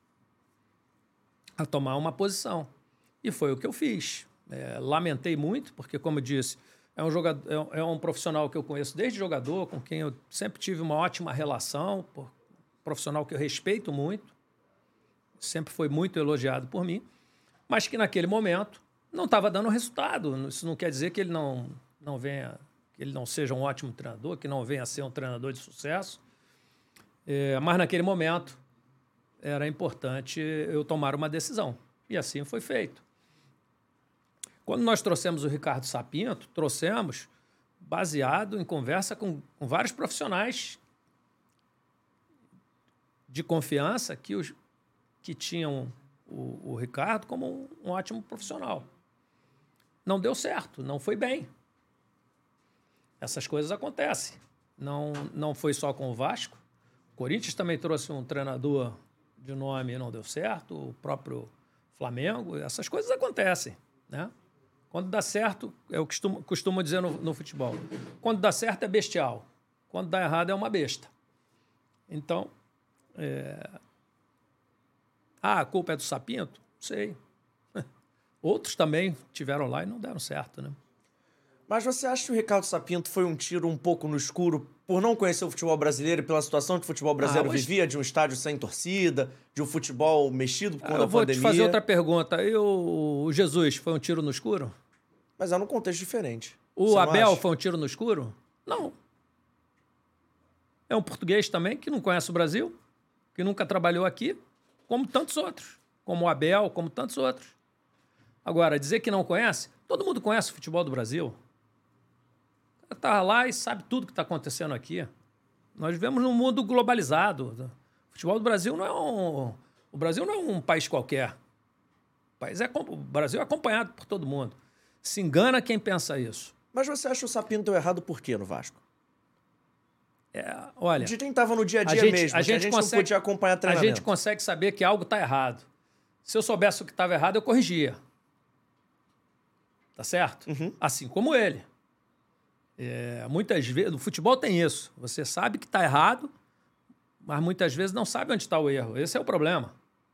a tomar uma posição. E foi o que eu fiz. Lamentei muito, porque, como eu disse, é um profissional que eu conheço desde jogador, com quem eu sempre tive uma ótima relação, profissional que eu respeito muito, sempre foi muito elogiado por mim, mas que naquele momento não estava dando resultado. Isso não quer dizer que ele não venha, que ele não seja um ótimo treinador, que não venha a ser um treinador de sucesso, mas naquele momento era importante eu tomar uma decisão, e assim foi feito. Quando nós trouxemos o Ricardo Sapinto, trouxemos baseado em conversa com vários profissionais de confiança que tinham o Ricardo como um ótimo profissional. Não deu certo, não foi bem. Essas coisas acontecem. Não foi só com o Vasco. O Corinthians também trouxe um treinador de nome e não deu certo, o próprio Flamengo. Essas coisas acontecem, né? Quando dá certo, eu costumo dizer no futebol, quando dá certo é bestial, quando dá errado é uma besta. Então, a culpa é do Sapinto? Sei. Outros também tiveram lá e não deram certo, né? Mas você acha que o Ricardo Sapinto foi um tiro um pouco no escuro por não conhecer o futebol brasileiro e pela situação que o futebol brasileiro vivia, de um estádio sem torcida, de um futebol mexido por conta da pandemia? Eu vou te fazer outra pergunta. O Jesus foi um tiro no escuro? Mas é num contexto diferente. O Abel foi um tiro no escuro? Não. É um português também que não conhece o Brasil, que nunca trabalhou aqui, como tantos outros. Como o Abel, como tantos outros. Agora, dizer que não conhece, todo mundo conhece o futebol do Brasil. Está lá e sabe tudo que está acontecendo aqui. Nós vivemos num mundo globalizado. O futebol do Brasil o Brasil não é um país qualquer. O Brasil é acompanhado por todo mundo. Se engana quem pensa isso. Mas você acha o Sapinto errado por quê no Vasco? Olha, de quem estava no dia a dia mesmo, a gente não podia acompanhar treinamento. A gente consegue saber que algo está errado. Se eu soubesse o que estava errado, eu corrigia. Tá certo? Uhum. Assim como ele. Muitas vezes, no futebol tem isso. Você sabe que está errado, mas muitas vezes não sabe onde está o erro. Esse é o problema.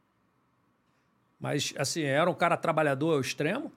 Mas, assim, era um cara trabalhador ao extremo,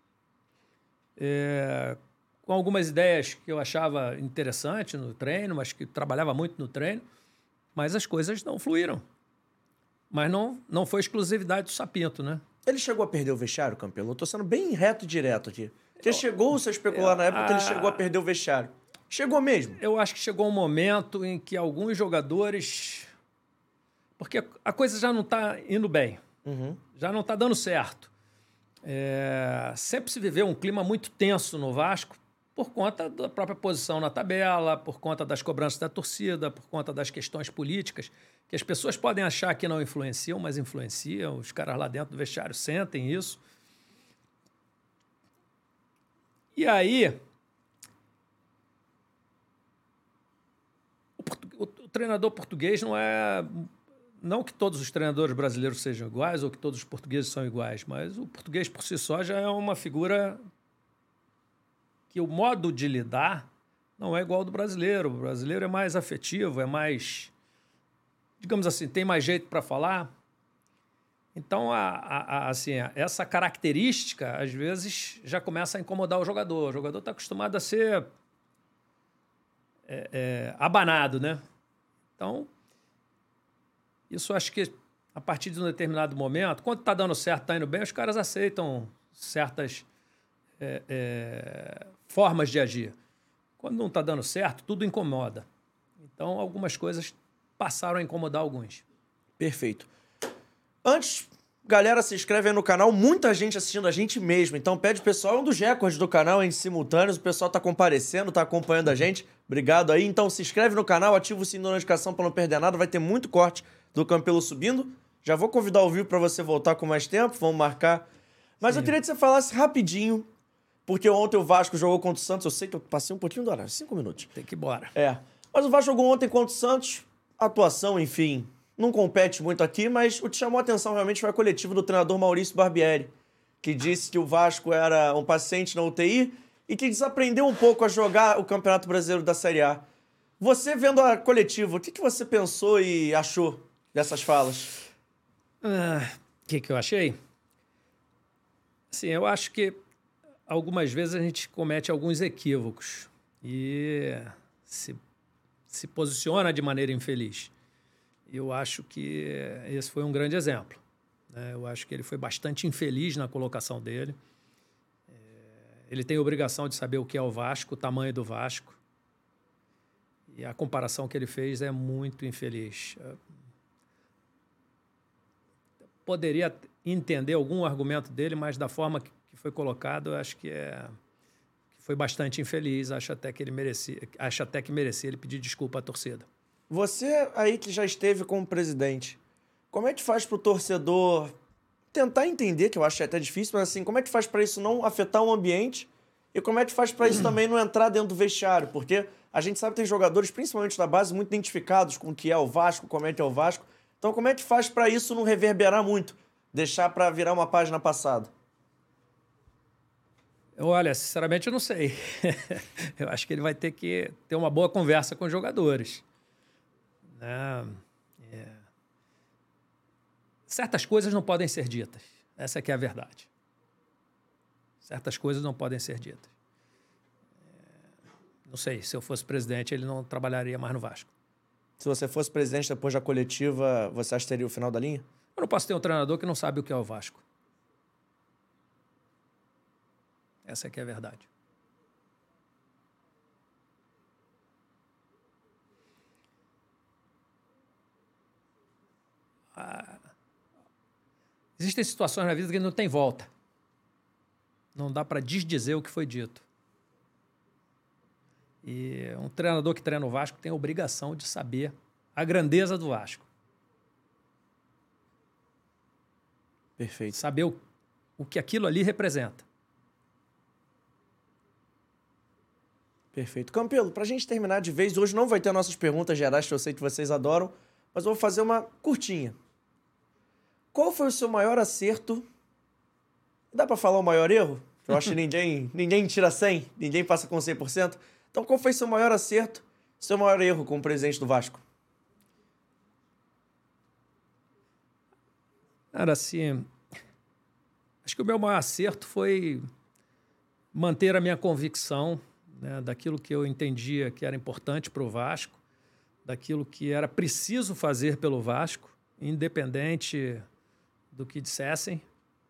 com algumas ideias que eu achava interessante no treino, mas que trabalhava muito no treino, mas as coisas não fluíram. Mas não foi exclusividade do Sapinto, né? Ele chegou a perder o vestiário, Campelo? Eu tô sendo bem reto e direto aqui. Porque chegou-se a especular na época que ele chegou a perder o vestiário. Chegou mesmo? Eu acho que chegou um momento em que alguns jogadores... Porque a coisa já não está indo bem. Uhum. Já não está dando certo. Sempre se viveu um clima muito tenso no Vasco por conta da própria posição na tabela, por conta das cobranças da torcida, por conta das questões políticas, que as pessoas podem achar que não influenciam, mas influenciam. Os caras lá dentro do vestiário sentem isso. E aí, o treinador português não é... Não que todos os treinadores brasileiros sejam iguais ou que todos os portugueses são iguais, mas o português por si só já é uma figura que o modo de lidar não é igual ao do brasileiro. O brasileiro é mais afetivo, é mais, digamos assim, tem mais jeito para falar. Então, assim, essa característica, às vezes, já começa a incomodar o jogador. O jogador está acostumado a ser abanado, né? Então, isso acho que a partir de um determinado momento, quando está dando certo, está indo bem, os caras aceitam certas formas de agir. Quando não está dando certo, tudo incomoda. Então, algumas coisas passaram a incomodar alguns. Perfeito. Antes, galera, se inscreve aí no canal. Muita gente assistindo a gente mesmo. Então, pede pessoal, é um dos recordes do canal em simultâneos. O pessoal tá comparecendo, tá acompanhando a gente. Obrigado aí. Então, se inscreve no canal, ativa o sininho da notificação para não perder nada. Vai ter muito corte do Campelo subindo. Já vou convidar o Vivo para você voltar com mais tempo. Vamos marcar. Mas eu queria que você falasse rapidinho, porque ontem o Vasco jogou contra o Santos. Eu sei que eu passei um pouquinho do horário, 5 minutos. Tem que ir embora. Mas o Vasco jogou ontem contra o Santos. Atuação, enfim, não compete muito aqui, mas o que chamou a atenção realmente foi a coletiva do treinador Maurício Barbieri, que disse que o Vasco era um paciente na UTI e que desaprendeu um pouco a jogar o Campeonato Brasileiro da Série A. Você vendo a coletiva, o que você pensou e achou dessas falas? O que eu achei? Assim, eu acho que algumas vezes a gente comete alguns equívocos e se posiciona de maneira infeliz. Eu acho que esse foi um grande exemplo, né? Eu acho que ele foi bastante infeliz na colocação dele. Ele tem a obrigação de saber o que é o Vasco, o tamanho do Vasco. E a comparação que ele fez é muito infeliz. Poderia entender algum argumento dele, mas da forma que foi colocado, eu acho que foi bastante infeliz. Acho até que merecia ele pedir desculpa à torcida. Você aí que já esteve como presidente, como é que faz para o torcedor tentar entender, que eu acho até difícil, mas assim, como é que faz para isso não afetar o ambiente e como é que faz para isso também não entrar dentro do vestiário? Porque a gente sabe que tem jogadores, principalmente da base, muito identificados com o que é o Vasco, como é que é o Vasco. Então como é que faz para isso não reverberar muito, deixar para virar uma página passada? Olha, sinceramente eu não sei. Eu acho que ele vai ter que ter uma boa conversa com os jogadores. Certas coisas não podem ser ditas. Essa que é a verdade. Certas coisas não podem ser ditas. Não sei, se eu fosse presidente, ele não trabalharia mais no Vasco. Se você fosse presidente depois da coletiva, você acha que teria o final da linha? Eu não posso ter um treinador que não sabe o que é o Vasco. Essa que é a verdade. Existem situações na vida que não tem volta. Não dá para desdizer o que foi dito. E um treinador que treina o Vasco tem a obrigação de saber a grandeza do Vasco. Perfeito. Saber o que aquilo ali representa. Perfeito. Campelo, pra gente terminar de vez, hoje não vai ter nossas perguntas gerais, que eu sei que vocês adoram, mas eu vou fazer uma curtinha. Qual foi o seu maior acerto? Dá pra falar o maior erro? Eu acho que ninguém tira 100, ninguém passa com 100%. Então, qual foi seu maior acerto, seu maior erro como presidente do Vasco? Cara, assim, acho que o meu maior acerto foi manter a minha convicção, né, daquilo que eu entendia que era importante para o Vasco, daquilo que era preciso fazer pelo Vasco, independente do que dissessem.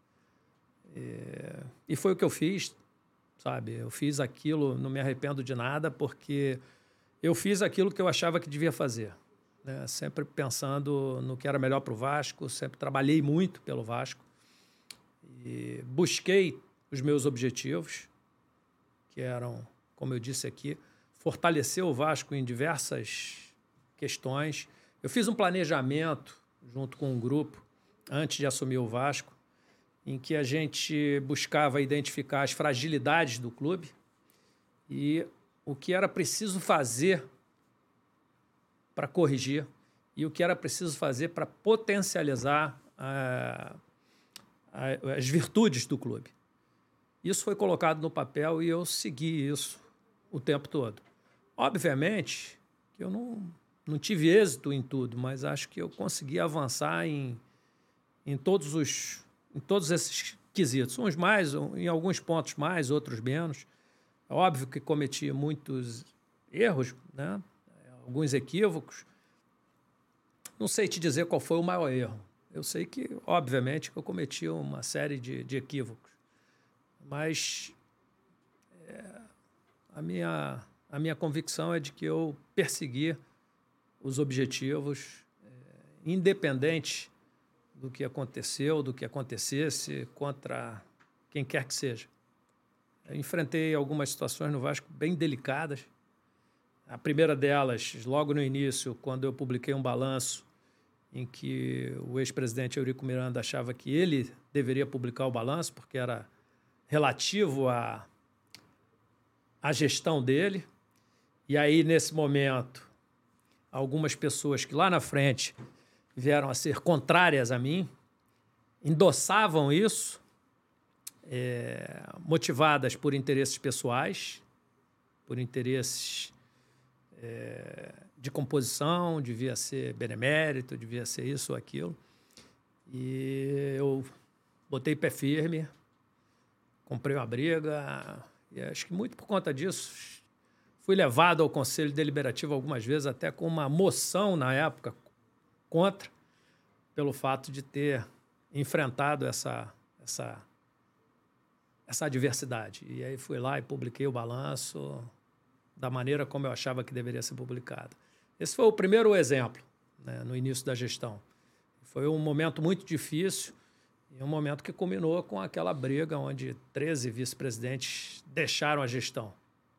E foi o que eu fiz, sabe? Eu fiz aquilo, não me arrependo de nada, porque eu fiz aquilo que eu achava que devia fazer, né? Sempre pensando no que era melhor para o Vasco, sempre trabalhei muito pelo Vasco e busquei os meus objetivos, que eram como eu disse aqui, fortaleceu o Vasco em diversas questões. Eu fiz um planejamento junto com um grupo, antes de assumir o Vasco, em que a gente buscava identificar as fragilidades do clube e o que era preciso fazer para corrigir e o que era preciso fazer para potencializar as virtudes do clube. Isso foi colocado no papel e eu segui isso o tempo todo. Obviamente que eu não tive êxito em tudo, mas acho que eu consegui avançar em todos esses quesitos. Uns mais, em alguns pontos mais, outros menos. É óbvio que cometi muitos erros, né? Alguns equívocos. Não sei te dizer qual foi o maior erro. Eu sei que, obviamente, que eu cometi uma série de equívocos. Mas a minha convicção é de que eu persegui os objetivos, independente do que aconteceu, do que acontecesse, contra quem quer que seja. Eu enfrentei algumas situações no Vasco bem delicadas. A primeira delas, logo no início, quando eu publiquei um balanço em que o ex-presidente Eurico Miranda achava que ele deveria publicar o balanço, porque era relativo à gestão dele. E aí, nesse momento, algumas pessoas que lá na frente vieram a ser contrárias a mim, endossavam isso, motivadas por interesses pessoais, por interesses de composição, devia ser benemérito, devia ser isso ou aquilo. E eu botei pé firme, comprei uma briga, e acho que muito por conta disso fui levado ao Conselho Deliberativo algumas vezes, até com uma moção na época contra, pelo fato de ter enfrentado essa adversidade. E aí fui lá e publiquei o balanço da maneira como eu achava que deveria ser publicado. Esse foi o primeiro exemplo, né, no início da gestão. Foi um momento muito difícil e um momento que culminou com aquela briga onde 13 vice-presidentes deixaram a gestão.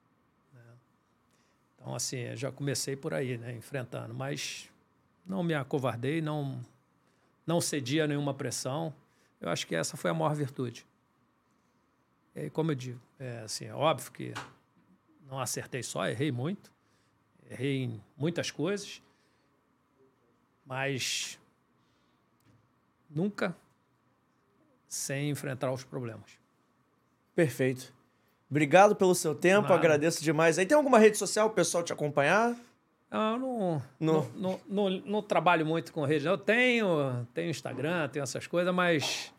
Então, assim, eu já comecei por aí, né, enfrentando, mas não me acovardei, não cedi a nenhuma pressão. Eu acho que essa foi a maior virtude. E aí, como eu digo, assim, é óbvio que não acertei só, errei muito. Errei em muitas coisas, mas nunca sem enfrentar os problemas. Perfeito. Obrigado pelo seu tempo, Nada. agradeço demais. Aí tem alguma rede social para o pessoal te acompanhar? Eu não trabalho muito com rede. Eu tenho Instagram, tenho essas coisas, mas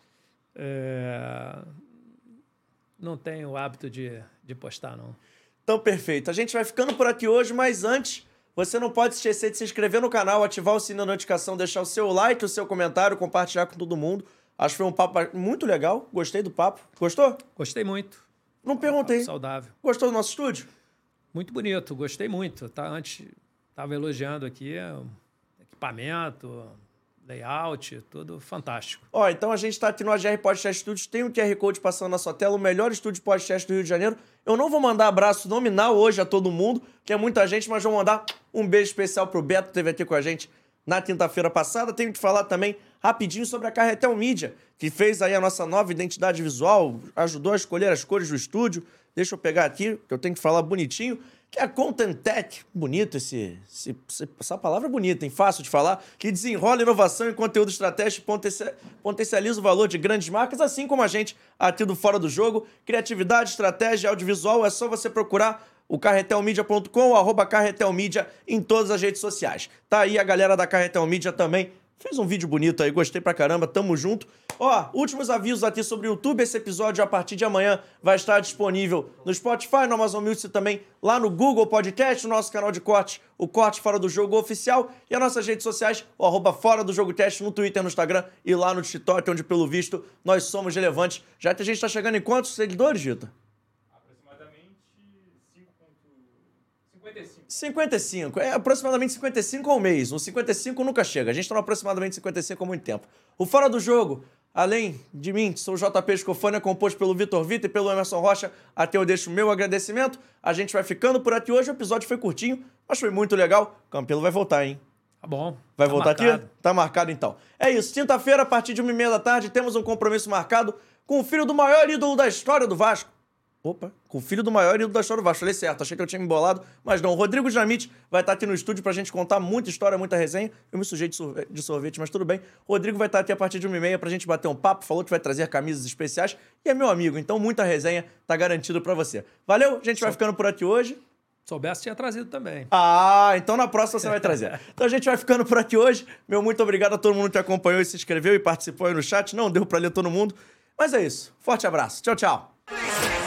não tenho o hábito de postar, não. Então, perfeito. A gente vai ficando por aqui hoje, mas antes, você não pode esquecer de se inscrever no canal, ativar o sininho da notificação, deixar o seu like, o seu comentário, compartilhar com todo mundo. Acho que foi um papo muito legal. Gostei do papo. Gostou? Gostei muito. Não perguntei. Papo saudável. Gostou do nosso estúdio? Muito bonito, gostei muito. Antes estava elogiando aqui equipamento, layout, tudo fantástico. Ó, então a gente tá aqui no AGR Podcast Studios, tem um QR Code passando na sua tela, o melhor estúdio de podcast do Rio de Janeiro. Eu não vou mandar abraço nominal hoje a todo mundo, que é muita gente, mas vou mandar um beijo especial pro Beto, que esteve aqui com a gente na quinta-feira passada. Tenho que falar também rapidinho sobre a Carretel Media, que fez aí a nossa nova identidade visual, ajudou a escolher as cores do estúdio. Deixa eu pegar aqui, que eu tenho que falar bonitinho, que é a Content Tech, bonito essa palavra é bonita, hein? Fácil de falar, que desenrola inovação e conteúdo estratégico e potencializa o valor de grandes marcas, assim como a gente aqui do Fora do Jogo. Criatividade, estratégia, audiovisual, é só você procurar o carretelmedia.com, @carretelmedia em todas as redes sociais. Tá aí a galera da Carretel Media também. Fez um vídeo bonito aí, gostei pra caramba, tamo junto. Ó, últimos avisos aqui sobre o YouTube. Esse episódio, a partir de amanhã, vai estar disponível no Spotify, no Amazon Music e também lá no Google Podcast, no nosso canal de corte, o Corte Fora do Jogo Oficial, e as nossas redes sociais, o @Fora do Jogo Teste, no Twitter, no Instagram e lá no TikTok, onde, pelo visto, nós somos relevantes. Já que a gente tá chegando em quantos seguidores, Gita? 55. É aproximadamente 55 ao mês. No 55 nunca chega. A gente tá no aproximadamente 55 há muito tempo. O Fora do Jogo Além de mim, sou o JP Escofânia, composto pelo Vitor Vitor e pelo Emerson Rocha. Até eu deixo o meu agradecimento. A gente vai ficando por aqui hoje. O episódio foi curtinho, mas foi muito legal. Campelo vai voltar, hein? Tá bom. Vai tá voltar marcado. aqui? Tá marcado, então. É isso. Quinta-feira, a partir de 1h30 da tarde, temos um compromisso marcado com o filho do maior ídolo da história do Vasco. Opa, com o filho do maior ídolo da história do Vasco. Falei certo, achei que eu tinha me embolado, mas não. O Rodrigo Dinamite vai estar aqui no estúdio pra gente contar muita história, muita resenha. Eu me sujei de sorvete, mas tudo bem. O Rodrigo vai estar aqui a partir de 1h30 pra gente bater um papo. Falou que vai trazer camisas especiais e é meu amigo, então muita resenha tá garantido pra você. Valeu, a gente vai ficando por aqui hoje. Soubesse, tinha trazido também. Ah, então na próxima você vai trazer. Então a gente vai ficando por aqui hoje. Meu muito obrigado a todo mundo que acompanhou e se inscreveu e participou aí no chat. Não deu pra ler todo mundo, mas é isso. Forte abraço. Tchau, tchau.